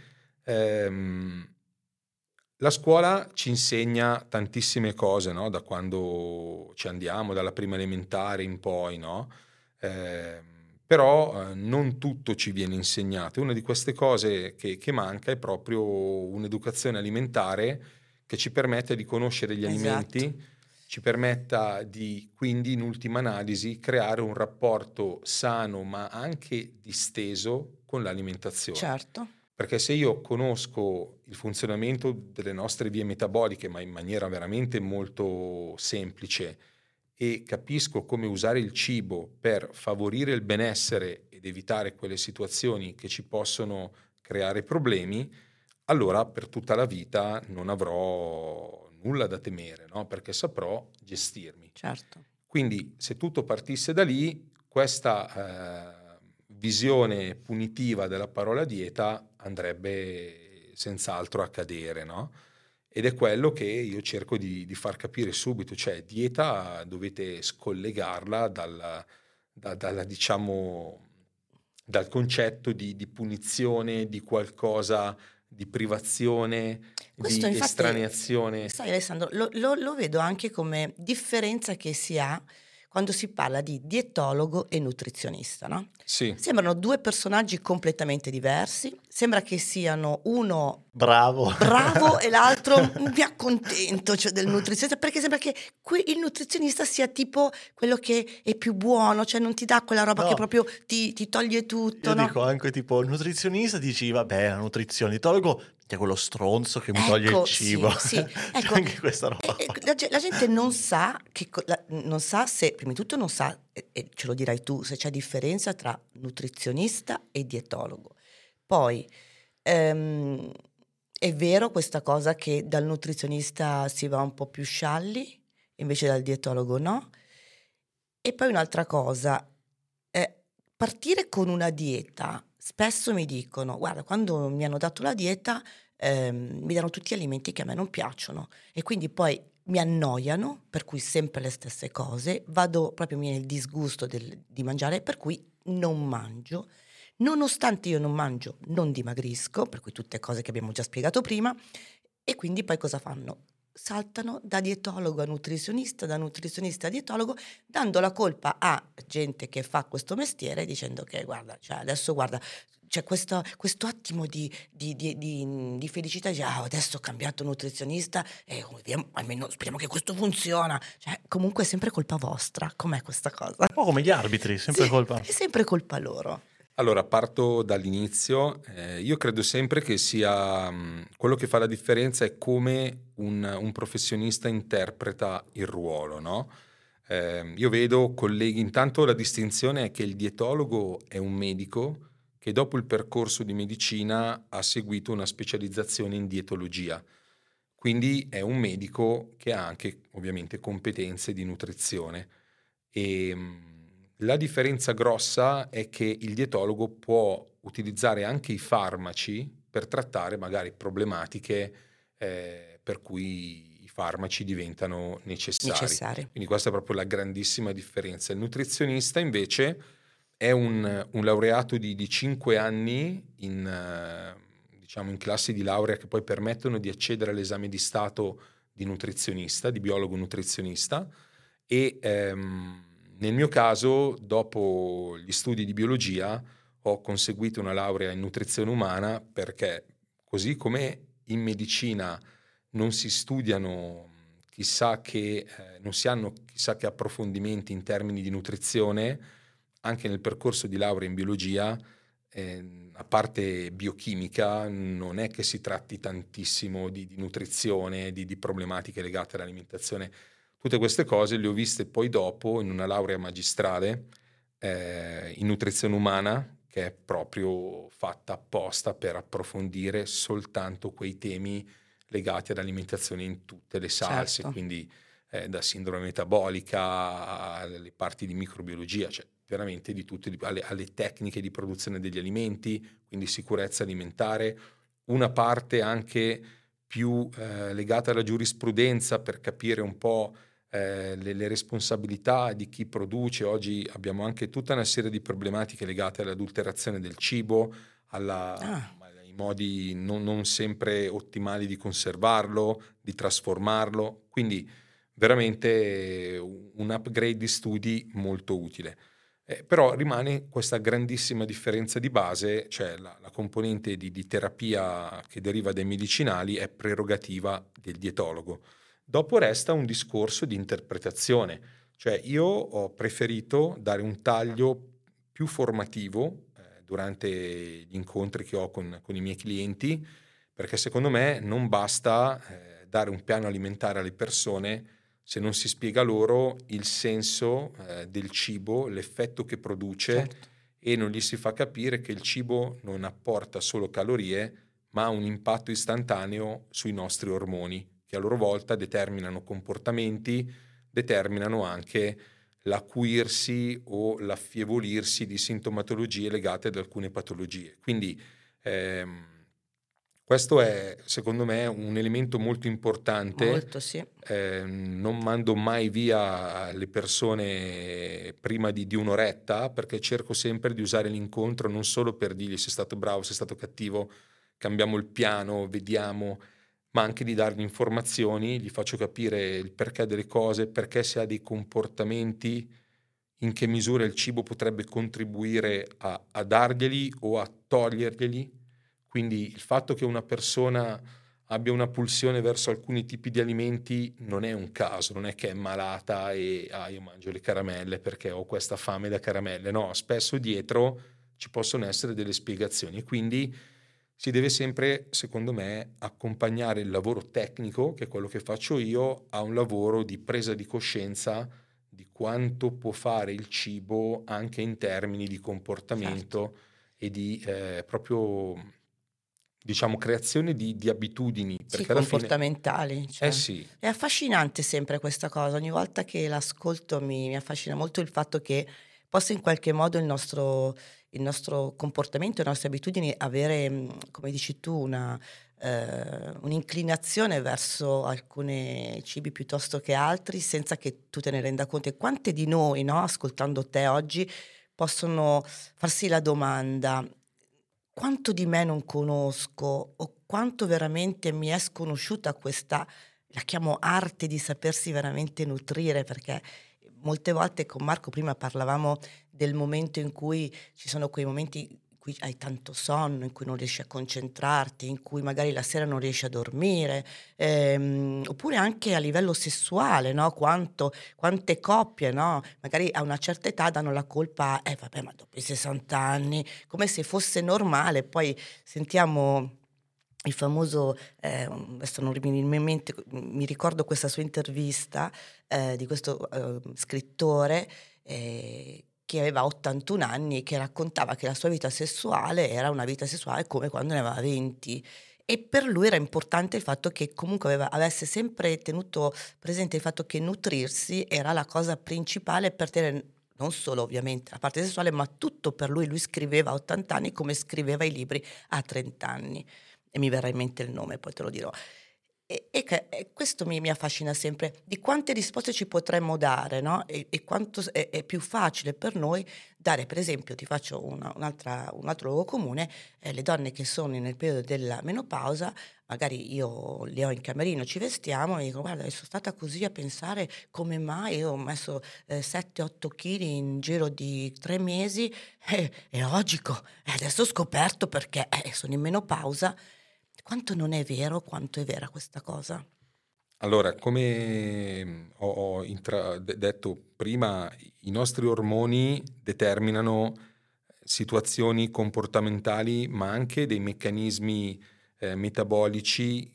La scuola ci insegna tantissime cose, no? Da quando ci andiamo, dalla prima elementare in poi, no? Però non tutto ci viene insegnato. Una di queste cose che manca è proprio un'educazione alimentare che ci permette di conoscere gli alimenti, ci permetta di, quindi, in ultima analisi, creare un rapporto sano ma anche disteso con l'alimentazione. Certo. Perché se io conosco il funzionamento delle nostre vie metaboliche, ma in maniera veramente molto semplice, e capisco come usare il cibo per favorire il benessere ed evitare quelle situazioni che ci possono creare problemi, allora per tutta la vita non avrò nulla da temere, no? Perché saprò gestirmi. Certo. Quindi se tutto partisse da lì, questa visione punitiva della parola dieta andrebbe senz'altro a cadere, no? Ed è quello che io cerco di far capire subito, cioè dieta dovete scollegarla diciamo, dal concetto di punizione, di qualcosa, di privazione, questo, di infatti, estraneazione. Sai Alessandro, lo vedo anche come differenza che si ha quando si parla di dietologo e nutrizionista, no? Sì. Sembrano due personaggi completamente diversi, sembra che siano uno bravo e l'altro mi accontento, cioè, del nutrizionista, perché sembra che il nutrizionista sia tipo quello che è più buono, cioè non ti dà quella roba che proprio ti toglie tutto. Io no? dico anche tipo il nutrizionista dici vabbè la nutrizione, dietologo è quello stronzo che mi toglie il cibo. Sì. Ecco, anche questa roba. La gente non sa non sa se, prima di tutto non sa, e ce lo dirai tu, se c'è differenza tra nutrizionista e dietologo. Poi è vero questa cosa che dal nutrizionista si va un po' più scialli, invece dal dietologo no. E poi un'altra cosa, partire con una dieta, spesso mi dicono, guarda, quando mi hanno dato la dieta mi danno tutti alimenti che a me non piacciono e quindi poi mi annoiano, per cui sempre le stesse cose, vado proprio nel disgusto di mangiare, per cui non mangio. Nonostante io non mangio, non dimagrisco, per cui tutte cose che abbiamo già spiegato prima, e quindi poi cosa fanno? Saltano da dietologo a nutrizionista, da nutrizionista a dietologo, dando la colpa a gente che fa questo mestiere, dicendo che guarda, cioè adesso guarda, c'è questo attimo di felicità, dice, adesso ho cambiato nutrizionista e almeno speriamo che questo funziona. Cioè, comunque è sempre colpa vostra, com'è questa cosa? Un po' come gli arbitri, sempre colpa. È sempre colpa loro. Allora, parto dall'inizio. Io credo sempre che sia quello che fa la differenza è come un professionista interpreta il ruolo, no? Io vedo colleghi, intanto la distinzione è che il dietologo è un medico che dopo il percorso di medicina ha seguito una specializzazione in dietologia. Quindi è un medico che ha anche ovviamente competenze di nutrizione. E la differenza grossa è che il dietologo può utilizzare anche i farmaci per trattare magari problematiche per cui i farmaci diventano necessari. Quindi questa è proprio la grandissima differenza. Il nutrizionista invece è un laureato di 5 anni in classi di laurea che poi permettono di accedere all'esame di stato di nutrizionista, di biologo nutrizionista, e nel mio caso, dopo gli studi di biologia, ho conseguito una laurea in nutrizione umana perché, così come in medicina non si studiano non si hanno chissà che approfondimenti in termini di nutrizione, anche nel percorso di laurea in biologia, a parte biochimica, non è che si tratti tantissimo di nutrizione, di problematiche legate all'alimentazione. Tutte queste cose le ho viste poi dopo in una laurea magistrale in nutrizione umana, che è proprio fatta apposta per approfondire soltanto quei temi legati all'alimentazione in tutte le salse, Certo. quindi da sindrome metabolica alle parti di microbiologia, cioè veramente di tutto, alle tecniche di produzione degli alimenti, quindi sicurezza alimentare, una parte anche più legata alla giurisprudenza per capire un po' le responsabilità di chi produce. Oggi abbiamo anche tutta una serie di problematiche legate all'adulterazione del cibo, Ah, ai modi non sempre ottimali di conservarlo, di trasformarlo, quindi veramente un upgrade di studi molto utile. Però rimane questa grandissima differenza di base, cioè la componente di terapia che deriva dai medicinali è prerogativa del dietologo. Dopo resta un discorso di interpretazione, cioè io ho preferito dare un taglio più formativo durante gli incontri che ho con i miei clienti, perché secondo me non basta dare un piano alimentare alle persone se non si spiega loro il senso del cibo, l'effetto che produce, certo. e non gli si fa capire che il cibo non apporta solo calorie, ma ha un impatto istantaneo sui nostri ormoni, che a loro volta determinano comportamenti, determinano anche l'acuirsi o l'affievolirsi di sintomatologie legate ad alcune patologie. Quindi questo è, secondo me, un elemento molto importante. Molto, sì. Non mando mai via le persone prima di un'oretta, perché cerco sempre di usare l'incontro non solo per dirgli sei stato bravo, sei stato cattivo, cambiamo il piano, vediamo, ma anche di dargli informazioni, gli faccio capire il perché delle cose, perché se ha dei comportamenti, in che misura il cibo potrebbe contribuire a darglieli o a toglierglieli. Quindi il fatto che una persona abbia una pulsione verso alcuni tipi di alimenti non è un caso, non è che è malata e io mangio le caramelle perché ho questa fame da caramelle. No, spesso dietro ci possono essere delle spiegazioni. Quindi si deve sempre, secondo me, accompagnare il lavoro tecnico, che è quello che faccio io, a un lavoro di presa di coscienza di quanto può fare il cibo anche in termini di comportamento. Certo. E di proprio, diciamo, creazione di abitudini, Sì, perché alla fine comportamentali, eh cioè. sì, È affascinante sempre questa cosa, ogni volta che l'ascolto mi affascina molto il fatto che possa in qualche modo il nostro comportamento, le nostre abitudini avere, come dici tu, un'inclinazione verso alcune cibi piuttosto che altri, senza che tu te ne renda conto. E quante di noi, no, ascoltando te oggi, possono farsi la domanda: quanto di me non conosco o quanto veramente mi è sconosciuta questa, la chiamo arte di sapersi veramente nutrire, perché molte volte con Marco prima parlavamo del momento in cui ci sono quei momenti in cui hai tanto sonno, in cui non riesci a concentrarti, in cui magari la sera non riesci a dormire, oppure anche a livello sessuale, no, quante coppie, no, magari a una certa età danno la colpa: vabbè, ma dopo i 60 anni", come se fosse normale. Poi sentiamo il famoso, adesso non mi viene in mente, mi ricordo questa sua intervista, di questo, scrittore, che aveva 81 anni e che raccontava che la sua vita sessuale era una vita sessuale come quando ne aveva 20. E per lui era importante il fatto che comunque avesse sempre tenuto presente il fatto che nutrirsi era la cosa principale per tenere non solo ovviamente la parte sessuale, ma tutto per lui. Lui scriveva a 80 anni come scriveva i libri a 30 anni. E mi verrà in mente il nome, poi te lo dirò. E questo mi affascina sempre, di quante risposte ci potremmo dare, no, e quanto è più facile per noi dare, per esempio, ti faccio un altro luogo comune, le donne che sono nel periodo della menopausa, magari io le ho in camerino, ci vestiamo e dico: "Guarda, sono stata così a pensare come mai io ho messo, 7, 8 chili in giro di 3 mesi, e logico, adesso ho scoperto perché, sono in menopausa". Quanto non è vero, quanto è vera questa cosa. allora come ho detto prima, i nostri ormoni determinano situazioni comportamentali, ma anche dei meccanismi metabolici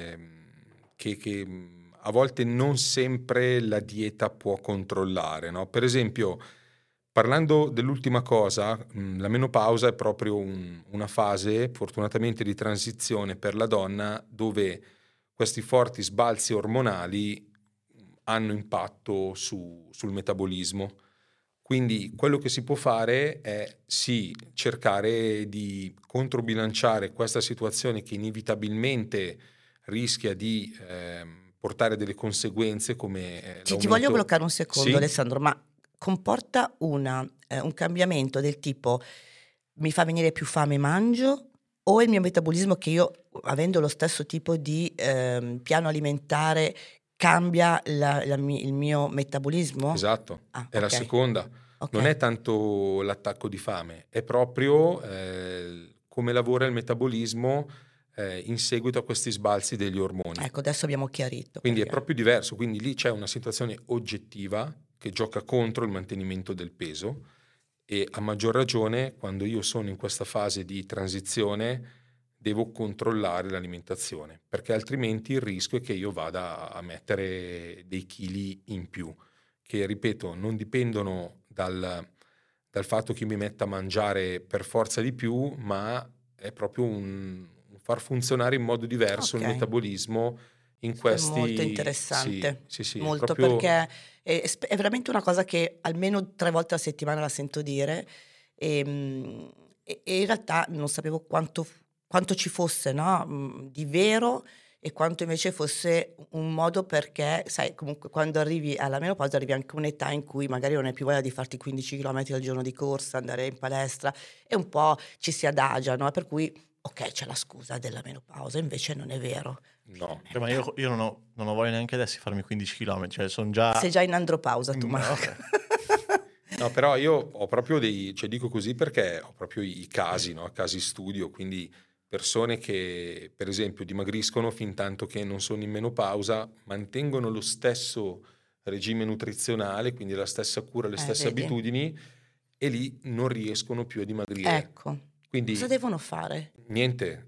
che a volte non sempre la dieta può controllare, no? Per esempio, parlando dell'ultima cosa, la menopausa è proprio una fase, fortunatamente, di transizione per la donna, dove questi forti sbalzi ormonali hanno impatto sul metabolismo. Quindi quello che si può fare è sì cercare di controbilanciare questa situazione che inevitabilmente rischia di portare delle conseguenze come Ti voglio bloccare un secondo, Sì? Alessandro, ma comporta un cambiamento del tipo: mi fa venire più fame, mangio, o il mio metabolismo, che io, avendo lo stesso tipo di piano alimentare, cambia il mio metabolismo? Esatto, Ah, è la ok. seconda. Ok. Non è tanto l'attacco di fame, è proprio come lavora il metabolismo in seguito a questi sbalzi degli ormoni. Ecco, adesso abbiamo chiarito. Quindi è perché- proprio diverso, quindi lì c'è una situazione oggettiva che gioca contro il mantenimento del peso, e a maggior ragione quando io sono in questa fase di transizione devo controllare l'alimentazione, perché altrimenti il rischio è che io vada a mettere dei chili in più, che ripeto non dipendono dal fatto che io mi metta a mangiare per forza di più, ma è proprio un far funzionare in modo diverso il Ok. metabolismo in Questo è molto questi... interessante, Sì, è molto, proprio... perché è veramente una cosa che almeno 3 volte a settimana la sento dire, e in realtà non sapevo quanto ci fosse, no, di vero, e quanto invece fosse un modo, perché sai comunque quando arrivi alla menopausa arrivi anche a un'età in cui magari non hai più voglia di farti 15 chilometri al giorno di corsa, andare in palestra, e un po' ci si adagia, no, per cui ok, c'è la scusa della menopausa, invece non è vero. No, Ma io non ho voglia neanche adesso di farmi 15 km, cioè sono già... Sei già in andropausa tu, Marco. Ok. no, però io ho proprio cioè dico così perché ho proprio i casi, no? Casi studio, quindi persone che per esempio dimagriscono fin tanto che non sono in menopausa, mantengono lo stesso regime nutrizionale, quindi la stessa cura, le stesse Vedi? abitudini, e lì non riescono più a dimagrire. Ecco. Quindi Cosa devono fare? niente,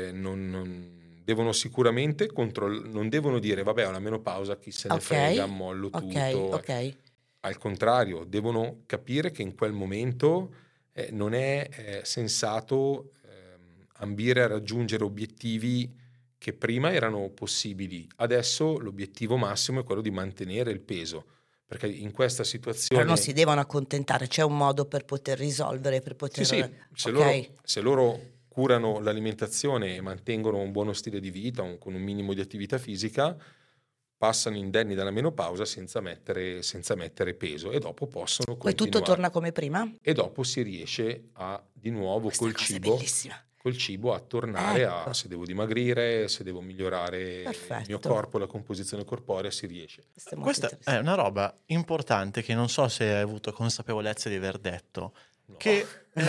devono sicuramente non devono dire vabbè, ho la menopausa, chi se ne frega, Ok, mollo ok, tutto. ok. Al contrario, devono capire che in quel momento non è sensato ambire a raggiungere obiettivi che prima erano possibili. Adesso l'obiettivo massimo è quello di mantenere il peso, perché in questa Però situazione... non si devono accontentare, c'è un modo per poter risolvere, per Sì, poter... sì, Ok, se loro curano l'alimentazione e mantengono un buono stile di vita, con un minimo di attività fisica, passano indenni dalla menopausa senza mettere peso, e dopo possono poi tutto continuare. torna come prima? E dopo si riesce a, di nuovo, Questa cosa è bellissima. col cibo a tornare Ecco, a, se devo dimagrire, se devo migliorare il mio perfetto. corpo, la composizione corporea, si riesce. Questo è molto Questa è interessante. una roba importante che non so se hai avuto consapevolezza di aver detto, No. che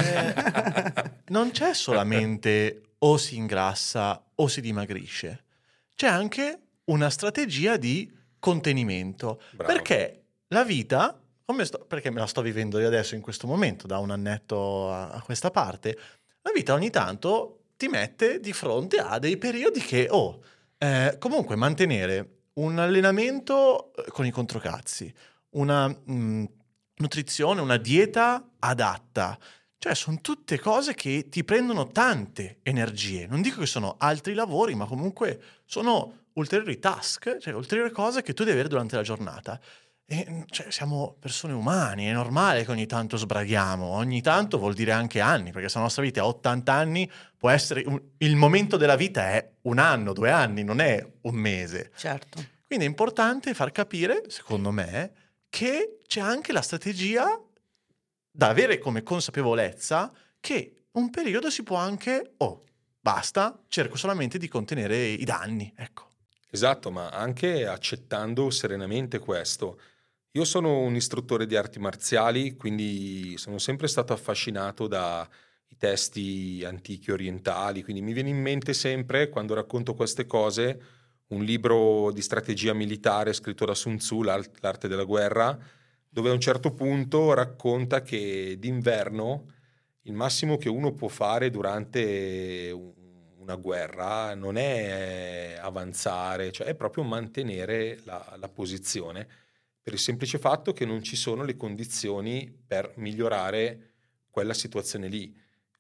non c'è solamente o si ingrassa o si dimagrisce, c'è anche una strategia di contenimento, Bravo. perché la vita, perché me la sto vivendo io adesso in questo momento, da un annetto a questa parte, la vita ogni tanto ti mette di fronte a dei periodi che, comunque mantenere un allenamento con i controcazzi, una nutrizione, una dieta adatta, cioè sono tutte cose che ti prendono tante energie. Non dico che sono altri lavori, ma comunque sono ulteriori task, cioè ulteriori cose che tu devi avere durante la giornata. E, cioè, siamo persone umane, è normale che ogni tanto sbraghiamo, ogni tanto vuol dire anche anni, perché se la nostra vita ha 80 anni, può essere il momento della vita è 1 anno, 2 anni, non è un mese. Certo. Quindi è importante far capire, secondo me, che c'è anche la strategia da avere come consapevolezza che un periodo si può anche, basta, cerco solamente di contenere i danni, ecco. Esatto, ma anche accettando serenamente questo. Io sono un istruttore di arti marziali, quindi sono sempre stato affascinato dai testi antichi orientali, quindi mi viene in mente sempre, quando racconto queste cose, un libro di strategia militare scritto da Sun Tzu, L'arte della guerra, dove a un certo punto racconta che d'inverno il massimo che uno può fare durante una guerra non è avanzare, cioè è proprio mantenere la posizione, per il semplice fatto che non ci sono le condizioni per migliorare quella situazione lì.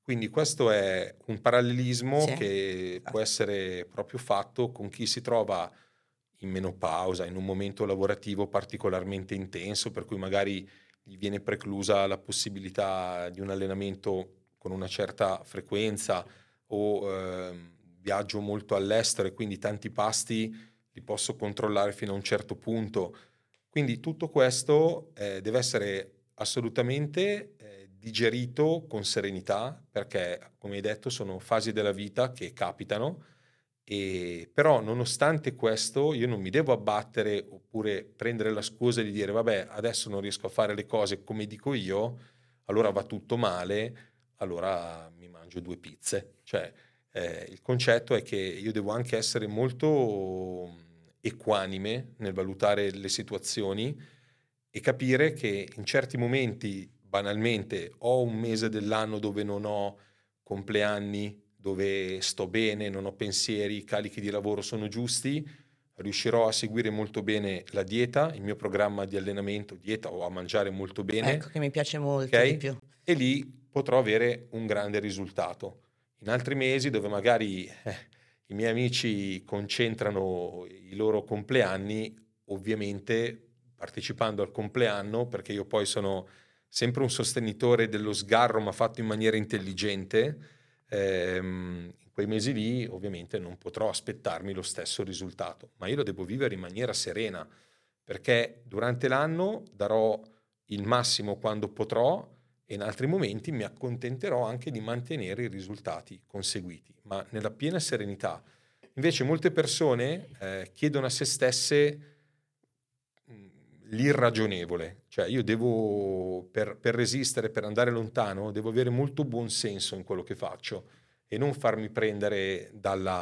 Quindi questo è un parallelismo Sì. che può essere proprio fatto con chi si trova in menopausa, in un momento lavorativo particolarmente intenso, per cui magari gli viene preclusa la possibilità di un allenamento con una certa frequenza o viaggio molto all'estero e quindi tanti pasti li posso controllare fino a un certo punto. Quindi tutto questo deve essere assolutamente digerito con serenità, perché come hai detto sono fasi della vita che capitano, però nonostante questo io non mi devo abbattere oppure prendere la scusa di dire vabbè adesso non riesco a fare le cose come dico io, allora va tutto male, allora mi mangio 2 pizze. Cioè il concetto è che io devo anche essere molto equanime nel valutare le situazioni e capire che in certi momenti, banalmente, ho un mese dell'anno dove non ho compleanni, dove sto bene, non ho pensieri, i carichi di lavoro sono giusti, riuscirò a seguire molto bene la dieta, il mio programma di allenamento, dieta o a mangiare molto bene. Ecco, che mi piace molto Ok? di più. E lì potrò avere un grande risultato. In altri mesi dove magari i miei amici concentrano i loro compleanni, ovviamente partecipando al compleanno, perché io poi sono sempre un sostenitore dello sgarro, ma fatto in maniera intelligente, in quei mesi lì ovviamente non potrò aspettarmi lo stesso risultato, ma io lo devo vivere in maniera serena, perché durante l'anno darò il massimo quando potrò e in altri momenti mi accontenterò anche di mantenere i risultati conseguiti, ma nella piena serenità. Invece molte persone chiedono a se stesse l'irragionevole, cioè io devo, per resistere, per andare lontano, devo avere molto buon senso in quello che faccio e non farmi prendere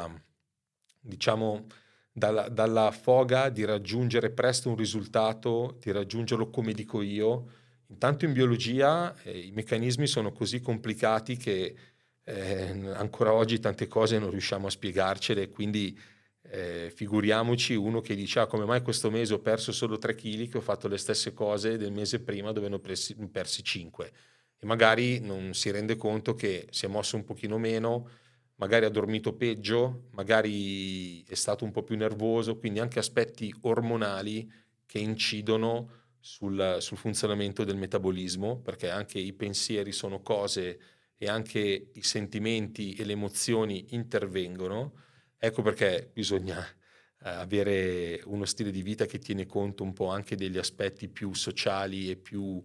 diciamo, dalla foga di raggiungere presto un risultato, di raggiungerlo come dico io. Intanto in biologia i meccanismi sono così complicati che ancora oggi tante cose non riusciamo a spiegarcele, quindi figuriamoci uno che dice come mai questo mese ho perso solo 3 kg che ho fatto le stesse cose del mese prima dove ne ho persi 5 e magari non si rende conto che si è mosso un pochino meno, magari ha dormito peggio, magari è stato un po' più nervoso, quindi anche aspetti ormonali che incidono sul funzionamento del metabolismo, perché anche i pensieri sono cose e anche i sentimenti e le emozioni intervengono. Ecco perché bisogna avere uno stile di vita che tiene conto un po' anche degli aspetti più sociali e più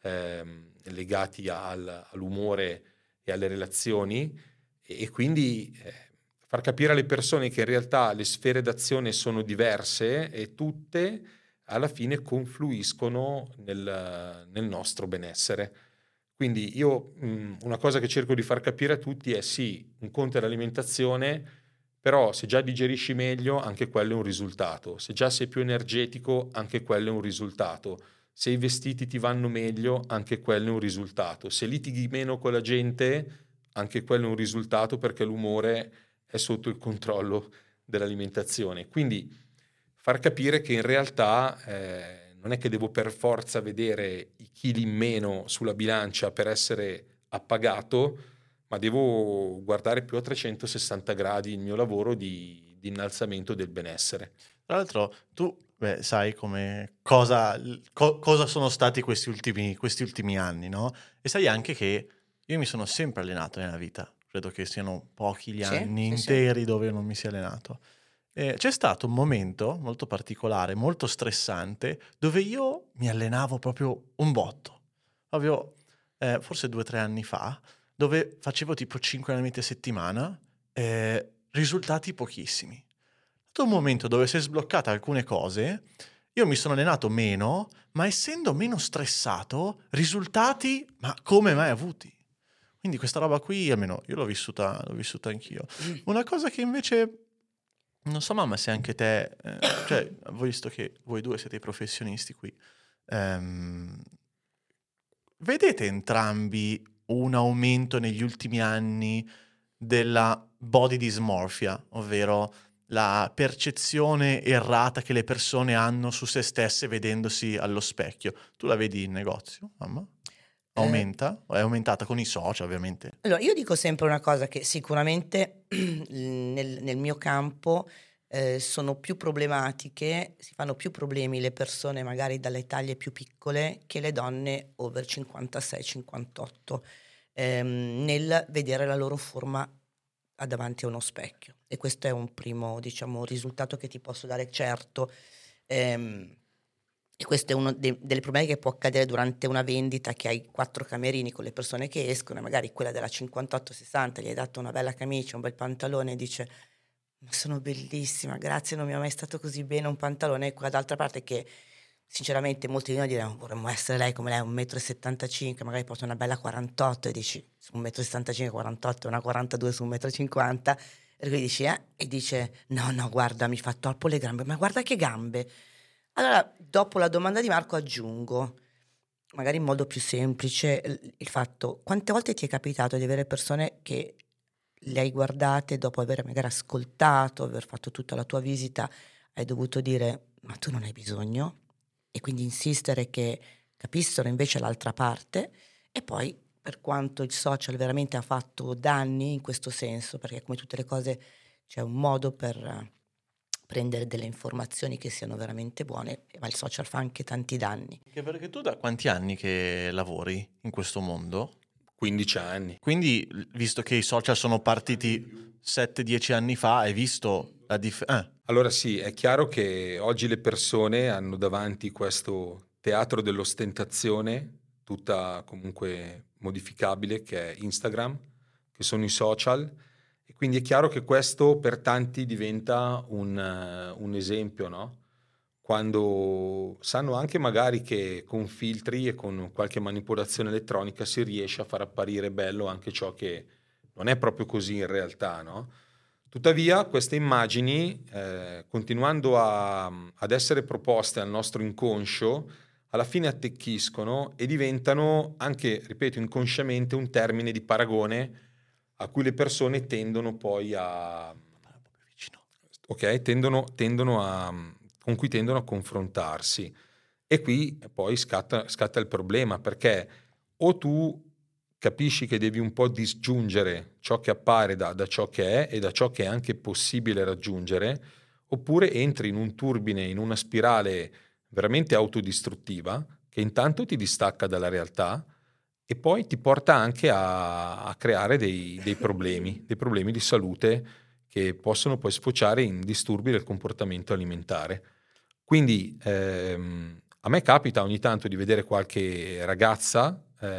legati all'umore e alle relazioni e quindi far capire alle persone che in realtà le sfere d'azione sono diverse e tutte alla fine confluiscono nel nostro benessere. Quindi io una cosa che cerco di far capire a tutti è sì, un conto è l'alimentazione, però se già digerisci meglio anche quello è un risultato, se già sei più energetico anche quello è un risultato, se i vestiti ti vanno meglio anche quello è un risultato, se litighi meno con la gente anche quello è un risultato perché l'umore è sotto il controllo dell'alimentazione. Quindi far capire che in realtà non è che devo per forza vedere i chili in meno sulla bilancia per essere appagato, ma devo guardare più a 360 gradi il mio lavoro di innalzamento del benessere. Tra l'altro tu sai cosa sono stati questi ultimi anni, no? E sai anche che io mi sono sempre allenato nella vita. Credo che siano pochi gli anni interi dove non mi sia allenato. C'è stato un momento molto particolare, molto stressante, dove io mi allenavo proprio un botto. Proprio forse 2 o 3 anni fa, dove facevo tipo 5 allenamenti a settimana, risultati pochissimi. È stato un momento dove si è sbloccata alcune cose, io mi sono allenato meno, ma essendo meno stressato, risultati, ma come mai avuti? Quindi questa roba qui, almeno io l'ho vissuta anch'io. Una cosa che invece, non so mamma se anche te, cioè, visto che voi due siete i professionisti qui, vedete entrambi un aumento negli ultimi anni della body dysmorphia, ovvero la percezione errata che le persone hanno su se stesse vedendosi allo specchio. Tu la vedi in negozio, mamma? Aumenta? È aumentata con i social, ovviamente. Allora, io dico sempre una cosa, che sicuramente nel mio campo sono più problematiche, si fanno più problemi le persone magari dalle taglie più piccole che le donne over 56-58 nel vedere la loro forma davanti a uno specchio. E questo è un primo, diciamo, risultato che ti posso dare, certo. E questo è uno delle problemi che può accadere durante una vendita, che hai 4 camerini con le persone che escono e magari quella della 58-60 gli hai dato una bella camicia, un bel pantalone e dice: ma sono bellissima, grazie, non mi è mai stato così bene un pantalone. E quella d'altra parte che sinceramente molti di noi dicono: vorremmo essere lei come lei, 1,75 m, magari porta una bella 48 e dici 1,75 m, 48 è una 42 su 1,50 m, e lui dici e dice no guarda, mi fa troppo le gambe, ma guarda che gambe. Allora, dopo la domanda di Marco aggiungo, magari in modo più semplice, il fatto: quante volte ti è capitato di avere persone che le hai guardate dopo aver magari ascoltato, aver fatto tutta la tua visita, hai dovuto dire ma tu non hai bisogno, e quindi insistere che capissero invece l'altra parte. E poi, per quanto il social veramente ha fatto danni in questo senso, perché come tutte le cose c'è un modo per prendere delle informazioni che siano veramente buone, ma il social fa anche tanti danni. Anche perché tu da quanti anni che lavori in questo mondo? 15 anni. Quindi, visto che i social sono partiti 7-10 anni fa, hai visto la differenza? Allora sì, è chiaro che oggi le persone hanno davanti questo teatro dell'ostentazione, tutta comunque modificabile, che è Instagram, che sono i social, e quindi è chiaro che questo per tanti diventa un esempio, no? Quando sanno anche magari che con filtri e con qualche manipolazione elettronica si riesce a far apparire bello anche ciò che non è proprio così in realtà, no? Tuttavia queste immagini, continuando ad essere proposte al nostro inconscio, alla fine attecchiscono e diventano anche, ripeto, inconsciamente un termine di paragone a cui le persone tendono poi con cui tendono a confrontarsi. E qui poi scatta il problema, perché o tu capisci che devi un po' disgiungere ciò che appare da ciò che è e da ciò che è anche possibile raggiungere, oppure entri in un turbine, in una spirale veramente autodistruttiva che intanto ti distacca dalla realtà e poi ti porta anche a creare dei problemi di salute che possono poi sfociare in disturbi del comportamento alimentare. Quindi a me capita ogni tanto di vedere qualche ragazza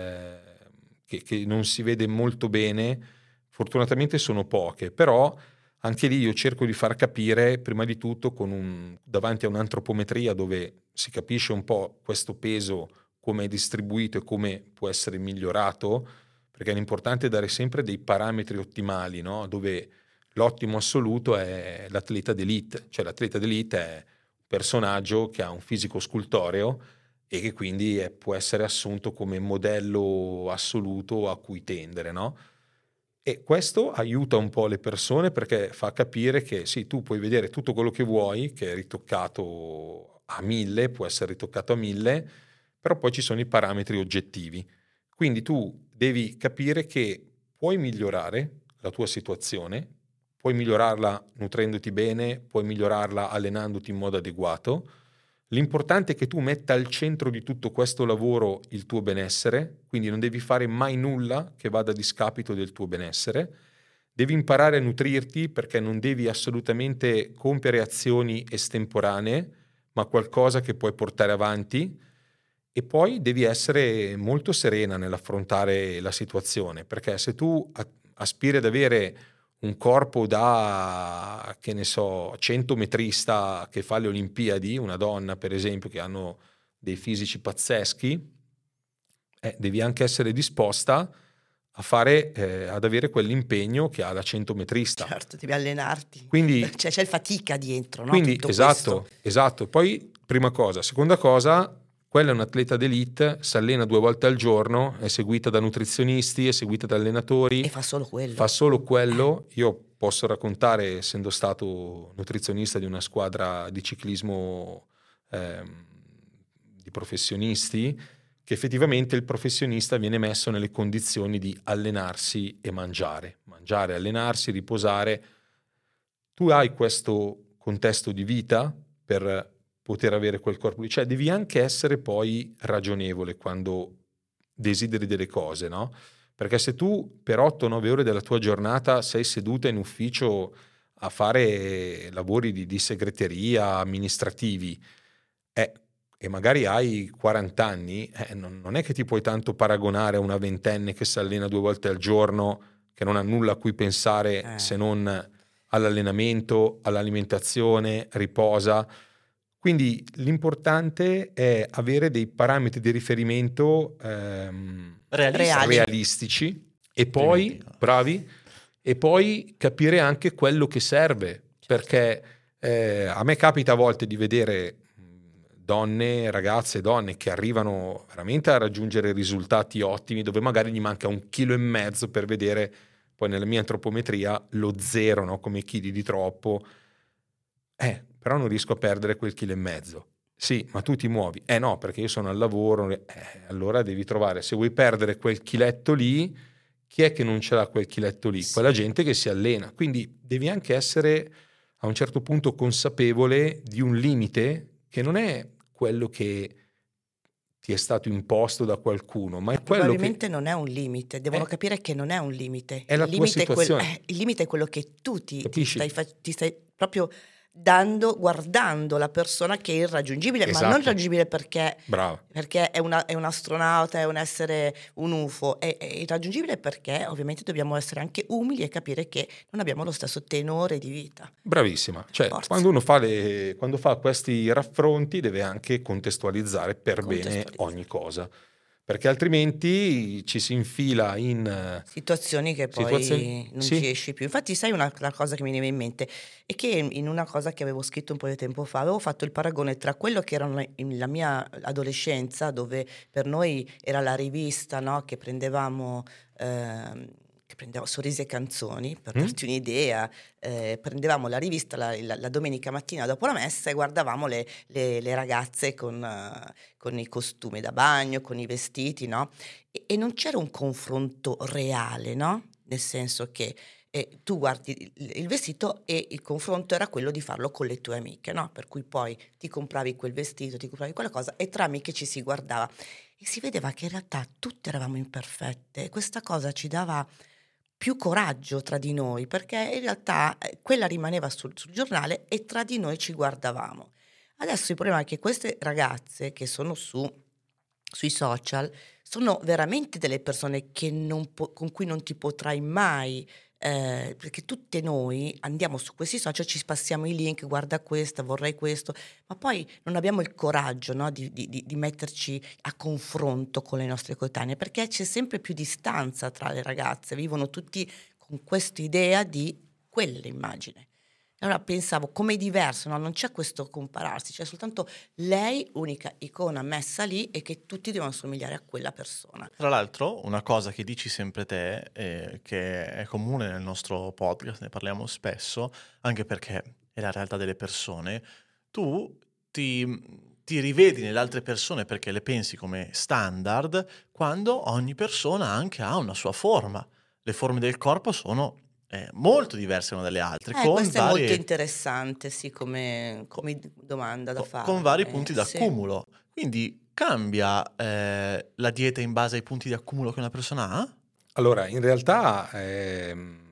che non si vede molto bene, fortunatamente sono poche, però anche lì io cerco di far capire prima di tutto davanti a un'antropometria dove si capisce un po' questo peso, come è distribuito e come può essere migliorato, perché è importante dare sempre dei parametri ottimali, no? Dove l'ottimo assoluto è l'atleta d'elite, cioè l'atleta d'elite è un personaggio che ha un fisico scultoreo e che quindi può essere assunto come modello assoluto a cui tendere, no? E questo aiuta un po' le persone perché fa capire che sì, tu puoi vedere tutto quello che vuoi, che è ritoccato a 1000, può essere ritoccato a 1000, però poi ci sono i parametri oggettivi. Quindi tu devi capire che puoi migliorare la tua situazione, puoi migliorarla nutrendoti bene, puoi migliorarla allenandoti in modo adeguato. L'importante è che tu metta al centro di tutto questo lavoro il tuo benessere, quindi non devi fare mai nulla che vada a discapito del tuo benessere. Devi imparare a nutrirti perché non devi assolutamente compiere azioni estemporanee, ma qualcosa che puoi portare avanti. E poi devi essere molto serena nell'affrontare la situazione, perché se tu aspiri ad avere un corpo da, che ne so, 100 metrista che fa le Olimpiadi, una donna per esempio che hanno dei fisici pazzeschi, devi anche essere disposta a fare, ad avere quell'impegno che ha la 100 metrista. Certo, devi allenarti. Quindi c'è il fatica dietro, no? Quindi tutto esatto. Poi prima cosa. Seconda cosa, quella è un atleta d'elite, si allena 2 volte al giorno, è seguita da nutrizionisti, è seguita da allenatori. E fa solo quello. Io posso raccontare, essendo stato nutrizionista di una squadra di ciclismo di professionisti, che effettivamente il professionista viene messo nelle condizioni di allenarsi e mangiare, allenarsi, riposare. Tu hai questo contesto di vita per poter avere quel corpo lì, cioè devi anche essere poi ragionevole quando desideri delle cose, no? Perché se tu per 8-9 ore della tua giornata sei seduta in ufficio a fare lavori di segreteria, amministrativi, e magari hai 40 anni, non è che ti puoi tanto paragonare a una ventenne che si allena 2 volte al giorno, che non ha nulla a cui pensare se non all'allenamento, all'alimentazione, riposa. Quindi l'importante è avere dei parametri di riferimento realistici e poi, bravi, e poi capire anche quello che serve, perché a me capita a volte di vedere ragazze e donne che arrivano veramente a raggiungere risultati ottimi, dove magari gli manca 1,5 chili per vedere poi nella mia antropometria lo 0, no? Come chili di troppo. Però non riesco a perdere quel 1,5 chili. Sì, ma tu ti muovi. No, perché io sono al lavoro. Allora devi trovare, se vuoi perdere quel chiletto lì, chi è che non ce l'ha quel chiletto lì? Quella gente che si allena. Quindi devi anche essere a un certo punto consapevole di un limite che non è quello che ti è stato imposto da qualcuno, ma è quello probabilmente non è un limite, devono capire che non è un limite. È la tua situazione. Il limite è quello che tu ti stai proprio dando, guardando la persona che è irraggiungibile, esatto. Ma non irraggiungibile perché è un astronauta, è un essere, un UFO, è irraggiungibile perché ovviamente dobbiamo essere anche umili e capire che non abbiamo lo stesso tenore di vita. Bravissima, cioè quando uno quando fa questi raffronti deve anche contestualizzare per bene ogni cosa, perché altrimenti ci si infila in situazioni che poi non ci esci più. Infatti sai una cosa che mi viene in mente è che in una cosa che avevo scritto un po' di tempo fa avevo fatto il paragone tra quello che era la mia adolescenza, dove per noi era la rivista, no? che prendevamo Sorrisi e Canzoni, per darti un'idea, prendevamo la rivista la domenica mattina dopo la messa e guardavamo le ragazze con i costumi da bagno, con i vestiti, no? E non c'era un confronto reale, no? Nel senso che tu guardi il vestito e il confronto era quello di farlo con le tue amiche, no? Per cui poi ti compravi quel vestito, ti compravi quella cosa e tra amiche ci si guardava e si vedeva che in realtà tutte eravamo imperfette e questa cosa ci dava più coraggio tra di noi, perché in realtà quella rimaneva sul giornale e tra di noi ci guardavamo. Adesso il problema è che queste ragazze che sono sui social sono veramente delle persone che con cui non ti potrai mai, perché tutte noi andiamo su questi social, ci passiamo i link, guarda questa, vorrei questo, ma poi non abbiamo il coraggio, no, di metterci a confronto con le nostre coetanee, perché c'è sempre più distanza tra le ragazze, vivono tutti con questa idea di quell'immagine. Allora pensavo, com'è diverso, no? Non c'è questo compararsi, c'è soltanto lei, unica icona messa lì e che tutti devono somigliare a quella persona. Tra l'altro, una cosa che dici sempre te, che è comune nel nostro podcast, ne parliamo spesso, anche perché è la realtà delle persone, tu ti rivedi nelle altre persone perché le pensi come standard, quando ogni persona anche ha una sua forma. Le forme del corpo sono molto diverse una dalle altre. Questo è molto interessante, sì, come domanda da fare. Con vari punti d'accumulo. Sì. Quindi cambia la dieta in base ai punti di accumulo che una persona ha? Allora, in realtà è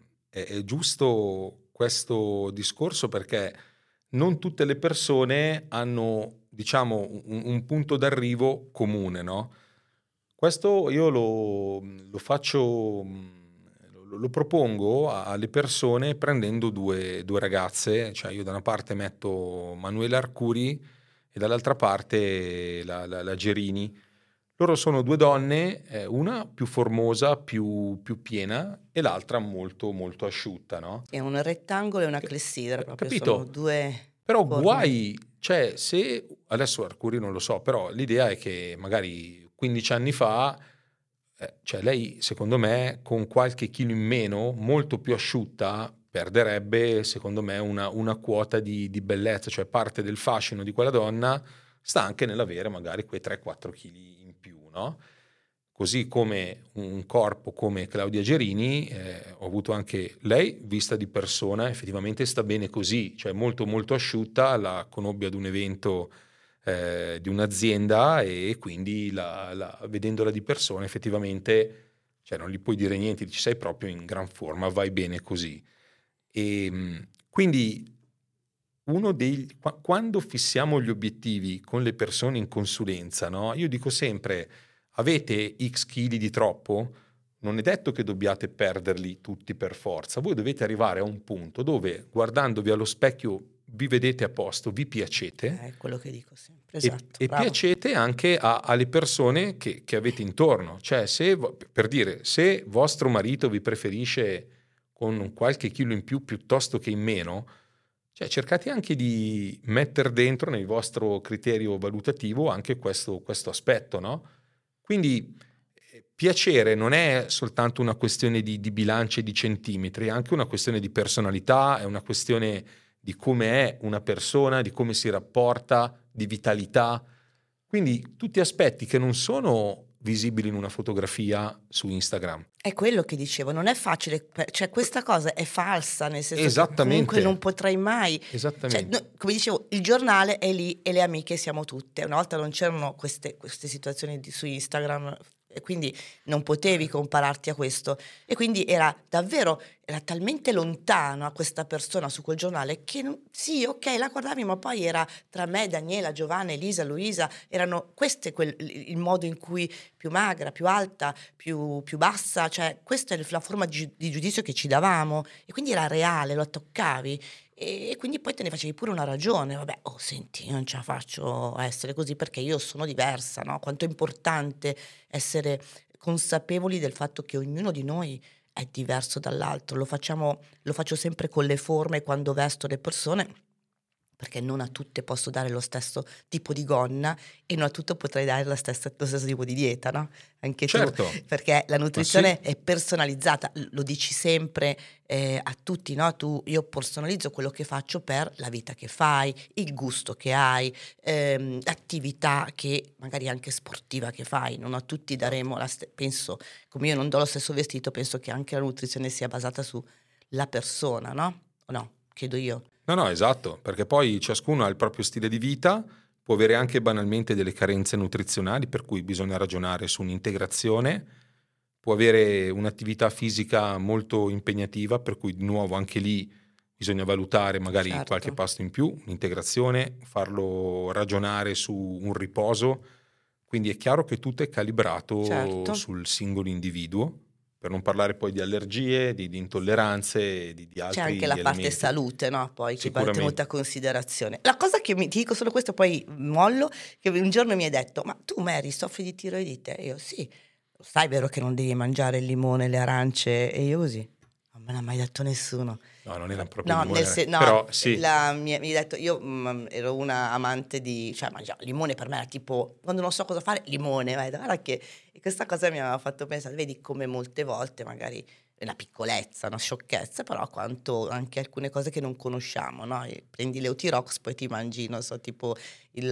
giusto questo discorso, perché non tutte le persone hanno, diciamo, un punto d'arrivo comune, no? Questo io lo faccio... Lo propongo alle persone prendendo due ragazze, cioè io da una parte metto Manuela Arcuri e dall'altra parte la Gerini. Loro sono 2 donne, una più formosa, più piena e l'altra molto molto asciutta, no? È un rettangolo e una clessidra, proprio. Capito? Sono 2 però forme. Guai, cioè se adesso Arcuri non lo so, però l'idea è che magari 15 anni fa cioè lei, secondo me, con qualche chilo in meno, molto più asciutta, perderebbe, secondo me, una quota di bellezza. Cioè parte del fascino di quella donna sta anche nell'avere magari quei 3-4 chili in più, no? Così come un corpo come Claudia Gerini, ho avuto anche lei vista di persona, effettivamente sta bene così, cioè molto molto asciutta, la conobbi ad un evento di un'azienda e quindi vedendola di persona effettivamente, cioè non gli puoi dire niente, dici sei proprio in gran forma, vai bene così. E quindi quando fissiamo gli obiettivi con le persone in consulenza, no? Io dico sempre, avete X chili di troppo? Non è detto che dobbiate perderli tutti per forza, voi dovete arrivare a un punto dove guardandovi allo specchio vi vedete a posto, vi piacete. È quello che dico sempre, esatto. E piacete anche alle persone che avete intorno. Cioè, per dire, se vostro marito vi preferisce con qualche chilo in più piuttosto che in meno, cioè cercate anche di mettere dentro nel vostro criterio valutativo anche questo aspetto, no? Quindi piacere non è soltanto una questione di bilance e di centimetri, è anche una questione di personalità, è una questione di come è una persona, di come si rapporta, di vitalità. Quindi tutti aspetti che non sono visibili in una fotografia su Instagram. È quello che dicevo, non è facile, cioè questa cosa è falsa, nel senso Esattamente. che comunque non potrai mai. Esattamente. Cioè, come dicevo, il giornale è lì e le amiche siamo tutte. Una volta non c'erano queste situazioni su Instagram, e quindi non potevi compararti a questo, e quindi era talmente lontano a questa persona su quel giornale che sì, ok, la guardavi, ma poi era tra me, Daniela, Giovanna, Elisa, Luisa, erano il modo in cui più magra, più alta, più bassa, cioè questa è la forma di giudizio che ci davamo, e quindi era reale, lo toccavi. E quindi poi te ne facevi pure una ragione, vabbè, senti, io non ce la faccio a essere così perché io sono diversa, no? Quanto è importante essere consapevoli del fatto che ognuno di noi è diverso dall'altro. Lo faccio sempre con le forme quando vesto le persone, perché non a tutte posso dare lo stesso tipo di gonna e non a tutte potrei dare lo stesso tipo di dieta, no? Anche certo. Tu, perché la nutrizione sì. è personalizzata, lo dici sempre a tutti, no? Io personalizzo quello che faccio per la vita che fai, il gusto che hai, l'attività che magari anche sportiva che fai. Non a tutti daremo penso, come io non do lo stesso vestito, penso che anche la nutrizione sia basata sulla persona, no? O no? Chiedo io. No, esatto, perché poi ciascuno ha il proprio stile di vita, può avere anche banalmente delle carenze nutrizionali, per cui bisogna ragionare su un'integrazione, può avere un'attività fisica molto impegnativa, per cui di nuovo anche lì bisogna valutare magari qualche pasto in più, un'integrazione, farlo ragionare su un riposo, quindi è chiaro che tutto è calibrato sul singolo individuo. Per non parlare poi di allergie, di intolleranze, di altri. C'è anche la elementi. parte salute, no? Poi che va tenuta a considerazione. La cosa che ti dico solo questo, poi mollo, che un giorno mi hai detto, ma tu Mary soffri di tiroidite? E io sì, lo sai vero che non devi mangiare il limone, le arance? E io così, non me l'ha mai detto nessuno. No, non era proprio no, limone, però sì. Mi ha detto, io ero una amante cioè mangiare limone per me era tipo, quando non so cosa fare, limone, guarda che, e questa cosa mi aveva fatto pensare, vedi come molte volte magari è una piccolezza, una sciocchezza, però quanto anche alcune cose che non conosciamo, no? E prendi l'Eutirox, poi ti mangi, non so, tipo il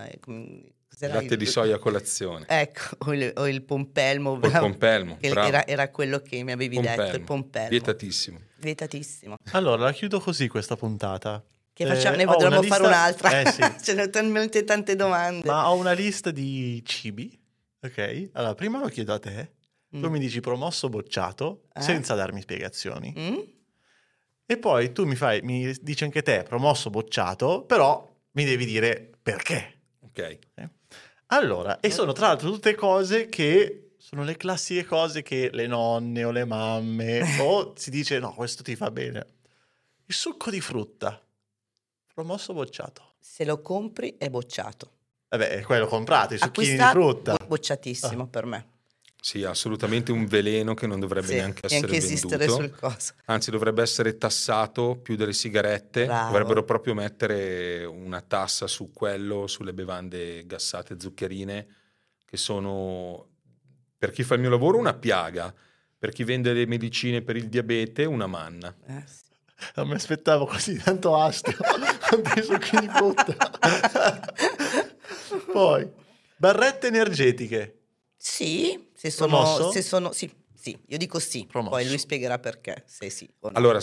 latte di soia a colazione. Ecco, o il pompelmo. Il pompelmo, che era quello che mi avevi detto, il pompelmo. Vietatissimo. Allora, la chiudo così questa puntata. Che facciamo? Ne potremmo fare un'altra. Sì. Ce ne sono talmente tante domande. Ma ho una lista di cibi, ok? Allora, prima lo chiedo a te. Tu mi dici promosso bocciato, senza darmi spiegazioni. E poi tu mi dici anche te promosso bocciato, però mi devi dire perché. Ok. Allora, e sono tra l'altro tutte cose che sono le classiche cose che le nonne o le mamme o si dice no, questo ti fa bene. Il succo di frutta, promosso bocciato. Se lo compri è bocciato. Vabbè, è quello comprato, i succhini di frutta. Bocciatissimo per me. Sì, assolutamente un veleno che non dovrebbe neanche essere esistere venduto. sul coso. Anzi, dovrebbe essere tassato più delle sigarette. Bravo. Dovrebbero proprio mettere una tassa su quello, sulle bevande gassate zuccherine, che sono, per chi fa il mio lavoro, una piaga. Per chi vende le medicine per il diabete, una manna. Sì. Non mi aspettavo così tanto astio con dei succhi di frutta. Poi, barrette energetiche. Sì, Promosso? sì, io dico sì, Promosso. poi lui spiegherà perché, se sì o no. Allora,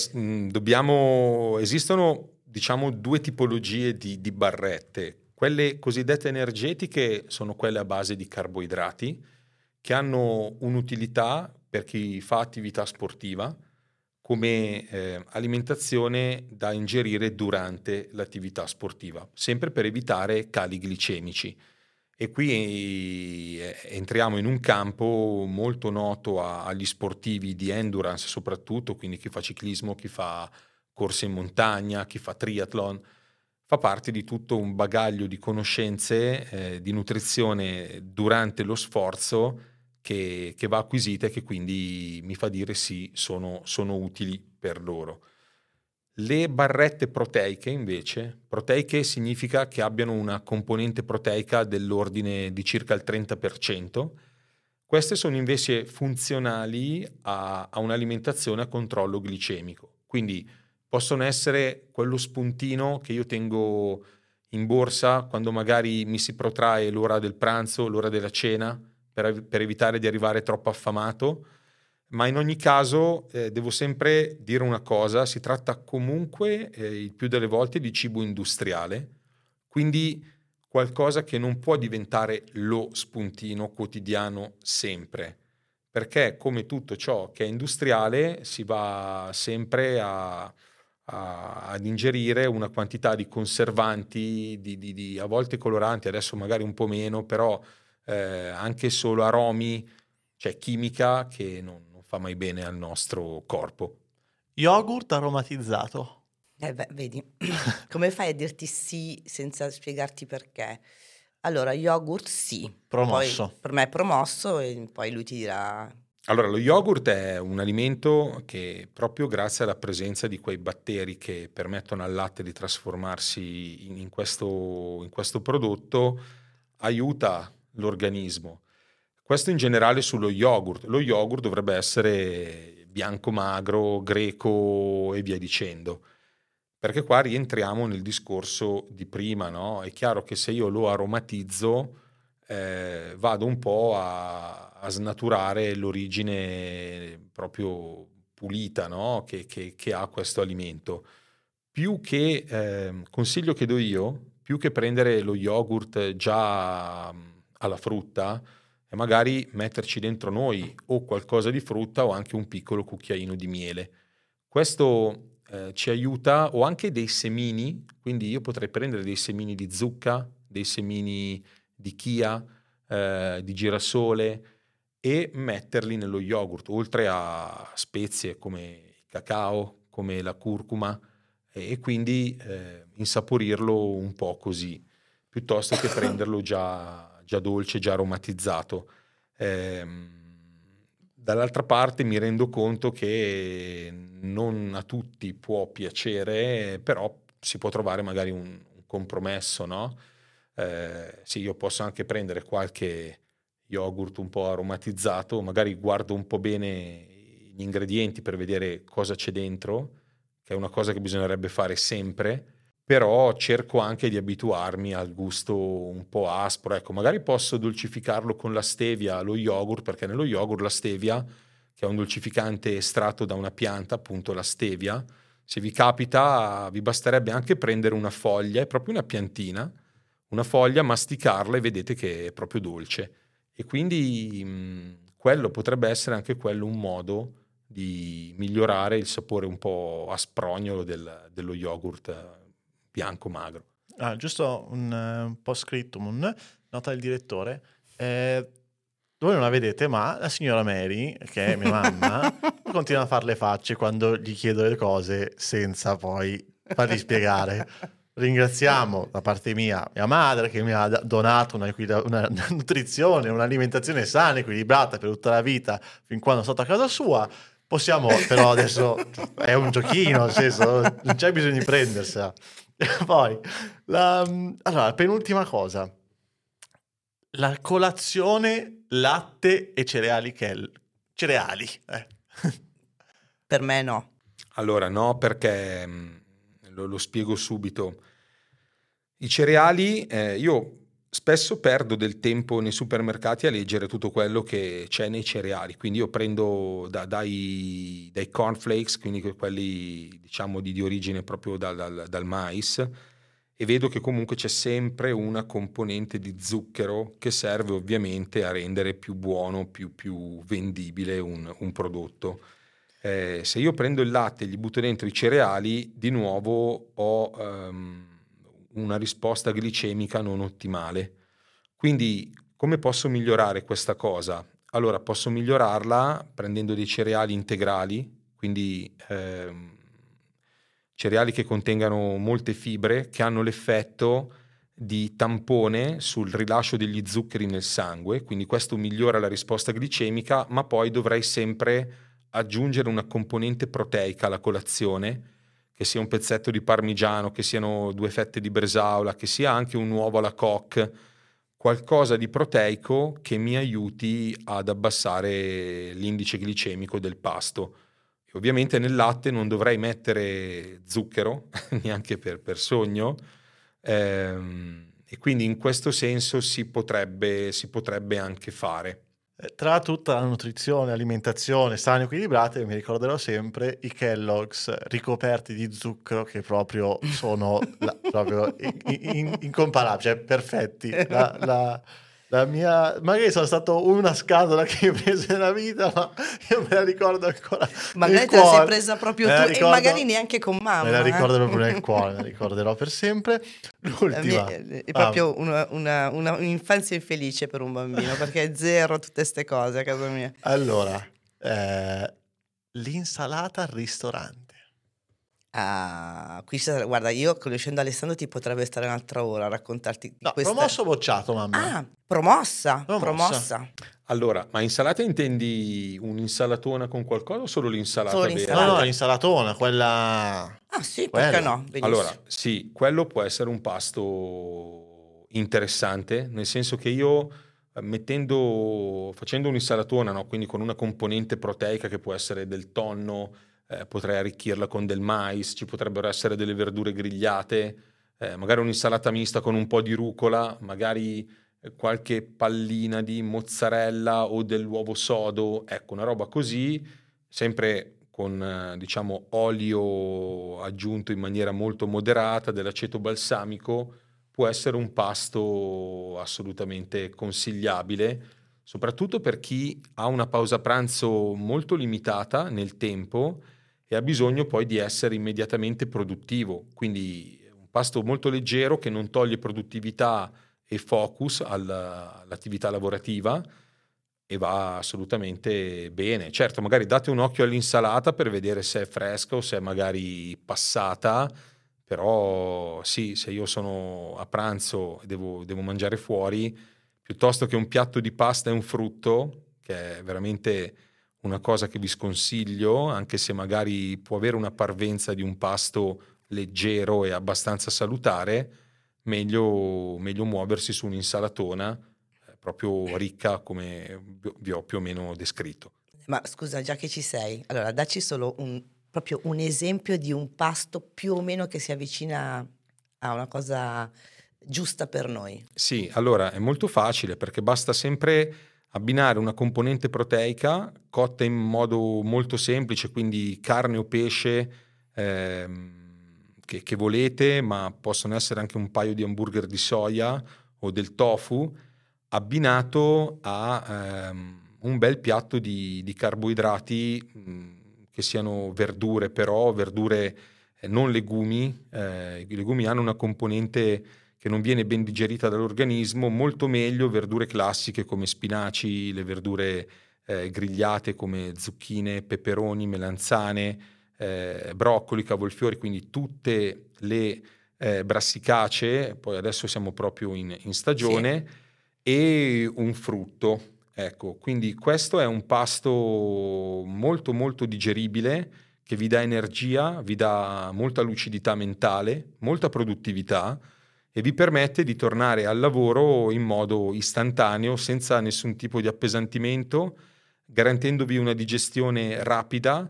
esistono, diciamo, due tipologie di barrette. Quelle cosiddette energetiche sono quelle a base di carboidrati, che hanno un'utilità per chi fa attività sportiva come alimentazione da ingerire durante l'attività sportiva, sempre per evitare cali glicemici. E qui entriamo in un campo molto noto agli sportivi di endurance soprattutto, quindi chi fa ciclismo, chi fa corse in montagna, chi fa triathlon, fa parte di tutto un bagaglio di conoscenze di nutrizione durante lo sforzo che va acquisita e che quindi mi fa dire sì, sono utili per loro. Le barrette proteiche invece, proteiche significa che abbiano una componente proteica dell'ordine di circa il 30%. Queste sono invece funzionali a un'alimentazione a controllo glicemico. Quindi possono essere quello spuntino che io tengo in borsa quando magari mi si protrae l'ora del pranzo, l'ora della cena, per evitare di arrivare troppo affamato. Ma in ogni caso devo sempre dire una cosa, si tratta comunque il più delle volte di cibo industriale, quindi qualcosa che non può diventare lo spuntino quotidiano sempre, perché come tutto ciò che è industriale si va sempre ad ingerire una quantità di conservanti, a volte coloranti, adesso magari un po' meno, però anche solo aromi, cioè chimica che non fa mai bene al nostro corpo. Yogurt aromatizzato. Beh, vedi, come fai a dirti sì senza spiegarti perché? Allora, yogurt sì. Promosso. Poi per me è promosso e poi lui ti dirà... Allora, lo yogurt è un alimento che proprio grazie alla presenza di quei batteri che permettono al latte di trasformarsi in questo prodotto aiuta l'organismo. Questo in generale sullo yogurt. Lo yogurt dovrebbe essere bianco magro, greco e via dicendo. Perché qua rientriamo nel discorso di prima, no? È chiaro che se io lo aromatizzo vado un po' a snaturare l'origine proprio pulita, no? che ha questo alimento. Più che consiglio che do io, più che prendere lo yogurt già alla frutta, e magari metterci dentro noi o qualcosa di frutta o anche un piccolo cucchiaino di miele. Questo ci aiuta, o anche dei semini, quindi io potrei prendere dei semini di zucca, dei semini di chia, di girasole e metterli nello yogurt, oltre a spezie come il cacao, come la curcuma, e quindi insaporirlo un po' così, piuttosto che prenderlo già dolce, già aromatizzato. Dall'altra parte mi rendo conto che non a tutti può piacere, però si può trovare magari un compromesso, no? Sì, io posso anche prendere qualche yogurt un po' aromatizzato, magari guardo un po' bene gli ingredienti per vedere cosa c'è dentro, che è una cosa che bisognerebbe fare sempre, però cerco anche di abituarmi al gusto un po' aspro. Ecco, magari posso dolcificarlo con la stevia, lo yogurt, perché nello yogurt la stevia, che è un dolcificante estratto da una pianta, appunto la stevia, se vi capita vi basterebbe anche prendere una foglia, è proprio una piantina, una foglia, masticarla e vedete che è proprio dolce. E quindi quello potrebbe essere anche quello un modo di migliorare il sapore un po' asprognolo dello yogurt bianco magro. Giusto un post-scriptum, nota del direttore. Voi non la vedete, ma la signora Mary, che è mia mamma, continua a fare le facce quando gli chiedo le cose senza poi fargli spiegare. Ringraziamo da parte mia madre che mi ha donato una nutrizione, un'alimentazione sana, equilibrata per tutta la vita, fin quando sono stato a casa sua. Possiamo, però adesso è un giochino, nel senso, non c'è bisogno di prendersela. Poi, allora, penultima cosa. La colazione, latte e cereali cereali. Per me no. Allora, no, perché lo spiego subito. I cereali, io spesso perdo del tempo nei supermercati a leggere tutto quello che c'è nei cereali, quindi io prendo dai cornflakes, quindi quelli diciamo di origine proprio dal mais, e vedo che comunque c'è sempre una componente di zucchero che serve ovviamente a rendere più buono, più vendibile un prodotto. Se io prendo il latte e gli butto dentro i cereali, di nuovo ho una risposta glicemica non ottimale. Quindi come posso migliorare questa cosa? Allora, posso migliorarla prendendo dei cereali integrali, quindi cereali che contengano molte fibre, che hanno l'effetto di tampone sul rilascio degli zuccheri nel sangue, quindi questo migliora la risposta glicemica, ma poi dovrei sempre aggiungere una componente proteica alla colazione, che sia un pezzetto di parmigiano, che siano 2 fette di bresaola, che sia anche un uovo alla coque, qualcosa di proteico che mi aiuti ad abbassare l'indice glicemico del pasto. E ovviamente nel latte non dovrei mettere zucchero, neanche per sogno, e quindi in questo senso si potrebbe anche fare. Tra tutta la nutrizione, alimentazione sana e equilibrata, io mi ricorderò sempre i Kellogg's ricoperti di zucchero, che proprio sono proprio incomparabili, cioè perfetti. La mia, magari sono stato una scatola che ho preso nella vita, ma io me la ricordo ancora. Magari te la sei presa proprio tu e magari neanche con mamma. Me la ricordo proprio nel cuore, me la ricorderò per sempre. L'ultima. È proprio un'infanzia infelice per un bambino, perché è zero tutte ste cose a casa mia. Allora, l'insalata al ristorante. Ah, qui guarda, io conoscendo Alessandro ti potrebbe stare un'altra ora a raccontarti No, questa... promosso o bocciato, mamma? Ah, promossa. Allora, ma insalata intendi un'insalatona con qualcosa o solo l'insalata Solo vera? l'insalata. No, l'insalatona, quella... Ah sì, quella. perché no? Benissimo. Allora, sì, quello può essere un pasto interessante, nel senso che io facendo un'insalatona, no? Quindi con una componente proteica che può essere del tonno, potrei arricchirla con del mais, ci potrebbero essere delle verdure grigliate, magari un'insalata mista con un po' di rucola, magari qualche pallina di mozzarella o dell'uovo sodo, ecco, una roba così, sempre con diciamo olio aggiunto in maniera molto moderata, dell'aceto balsamico, può essere un pasto assolutamente consigliabile, soprattutto per chi ha una pausa pranzo molto limitata nel tempo e ha bisogno poi di essere immediatamente produttivo. Quindi un pasto molto leggero che non toglie produttività e focus all'attività lavorativa e va assolutamente bene. Certo, magari date un occhio all'insalata per vedere se è fresca o se è magari passata, però sì, se io sono a pranzo e devo mangiare fuori, piuttosto che un piatto di pasta e un frutto, che è veramente una cosa che vi sconsiglio, anche se magari può avere una parvenza di un pasto leggero e abbastanza salutare, meglio muoversi su un'insalatona proprio ricca come vi ho più o meno descritto. Ma scusa, già che ci sei, allora dacci solo proprio un esempio di un pasto più o meno che si avvicina a una cosa giusta per noi. Sì, allora è molto facile perché basta sempre abbinare una componente proteica cotta in modo molto semplice, quindi carne o pesce che volete, ma possono essere anche un paio di hamburger di soia o del tofu, abbinato a un bel piatto di carboidrati che siano verdure, però verdure non legumi. I legumi hanno una componente che non viene ben digerita dall'organismo, molto meglio verdure classiche come spinaci, le verdure grigliate come zucchine, peperoni, melanzane, broccoli, cavolfiori, quindi tutte le brassicacee, poi adesso siamo proprio in stagione, sì. E un frutto. Ecco, quindi questo è un pasto molto molto digeribile che vi dà energia, vi dà molta lucidità mentale, molta produttività e vi permette di tornare al lavoro in modo istantaneo, senza nessun tipo di appesantimento, garantendovi una digestione rapida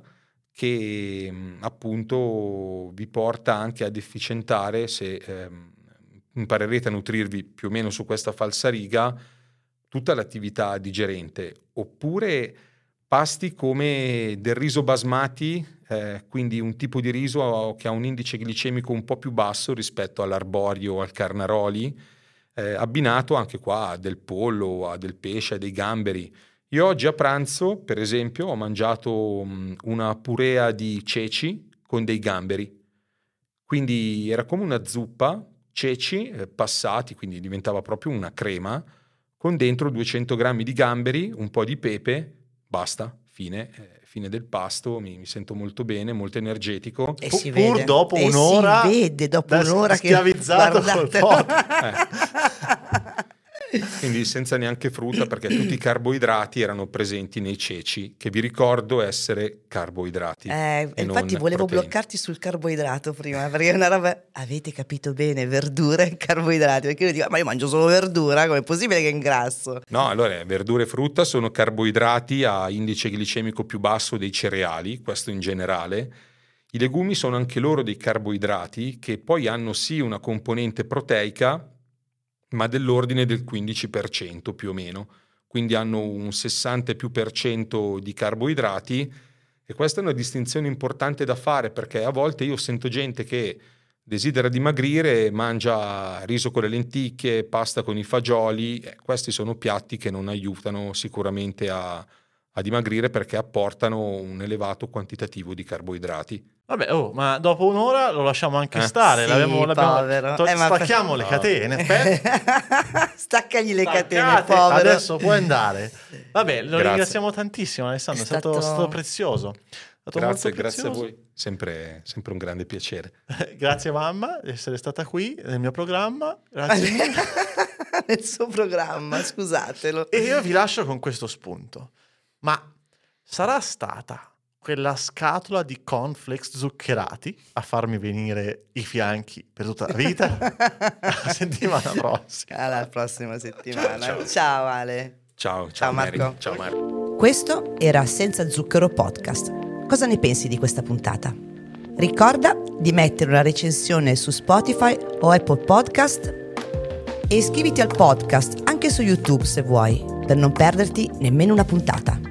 che appunto vi porta anche ad efficientare se imparerete a nutrirvi più o meno su questa falsariga tutta l'attività digerente. Oppure pasti come del riso basmati, quindi un tipo di riso che ha un indice glicemico un po' più basso rispetto all'arborio o al carnaroli, abbinato anche qua a del pollo, a del pesce, a dei gamberi. Io oggi a pranzo, per esempio, ho mangiato una purea di ceci con dei gamberi. Quindi era come una zuppa, ceci passati, quindi diventava proprio una crema, con dentro 200 grammi di gamberi, un po' di pepe, basta, fine del pasto, mi sento molto bene, molto energetico. E si Pur vede. dopo un'ora, si vede dopo un'ora che schiavizzato col podcast. Quindi senza neanche frutta, perché tutti i carboidrati erano presenti nei ceci, che vi ricordo essere carboidrati. Infatti volevo bloccarti sul carboidrato prima, perché è una roba... Avete capito bene, verdure e carboidrati, perché io dico, ma io mangio solo verdura, com'è possibile che ingrasso? No, allora verdure e frutta sono carboidrati a indice glicemico più basso dei cereali, questo in generale. I legumi sono anche loro dei carboidrati che poi hanno sì una componente proteica, ma dell'ordine del 15% più o meno, quindi hanno un 60% di carboidrati, e questa è una distinzione importante da fare, perché a volte io sento gente che desidera dimagrire, mangia riso con le lenticchie, pasta con i fagioli, questi sono piatti che non aiutano sicuramente a dimagrire, perché apportano un elevato quantitativo di carboidrati. Vabbè, ma dopo un'ora lo lasciamo anche stare. Sì, povero. Stacchiamo le catene. Staccagli le catene, povero. Adesso puoi andare. Vabbè, lo ringraziamo tantissimo, Alessandro, è stato prezioso. Grazie a voi, sempre un grande piacere. Grazie mamma di essere stata qui nel mio programma. Grazie mille. Nel suo programma, scusatelo. E io vi lascio con questo spunto. Ma sarà stata quella scatola di cornflakes zuccherati a farmi venire i fianchi per tutta la vita? La settimana prossima. Alla prossima settimana. Ciao Ale. Ciao Marco. Mary. Ciao Marco. Questo era Senza Zucchero Podcast. Cosa ne pensi di questa puntata? Ricorda di mettere una recensione su Spotify o Apple Podcast e iscriviti al podcast anche su YouTube se vuoi, per non perderti nemmeno una puntata.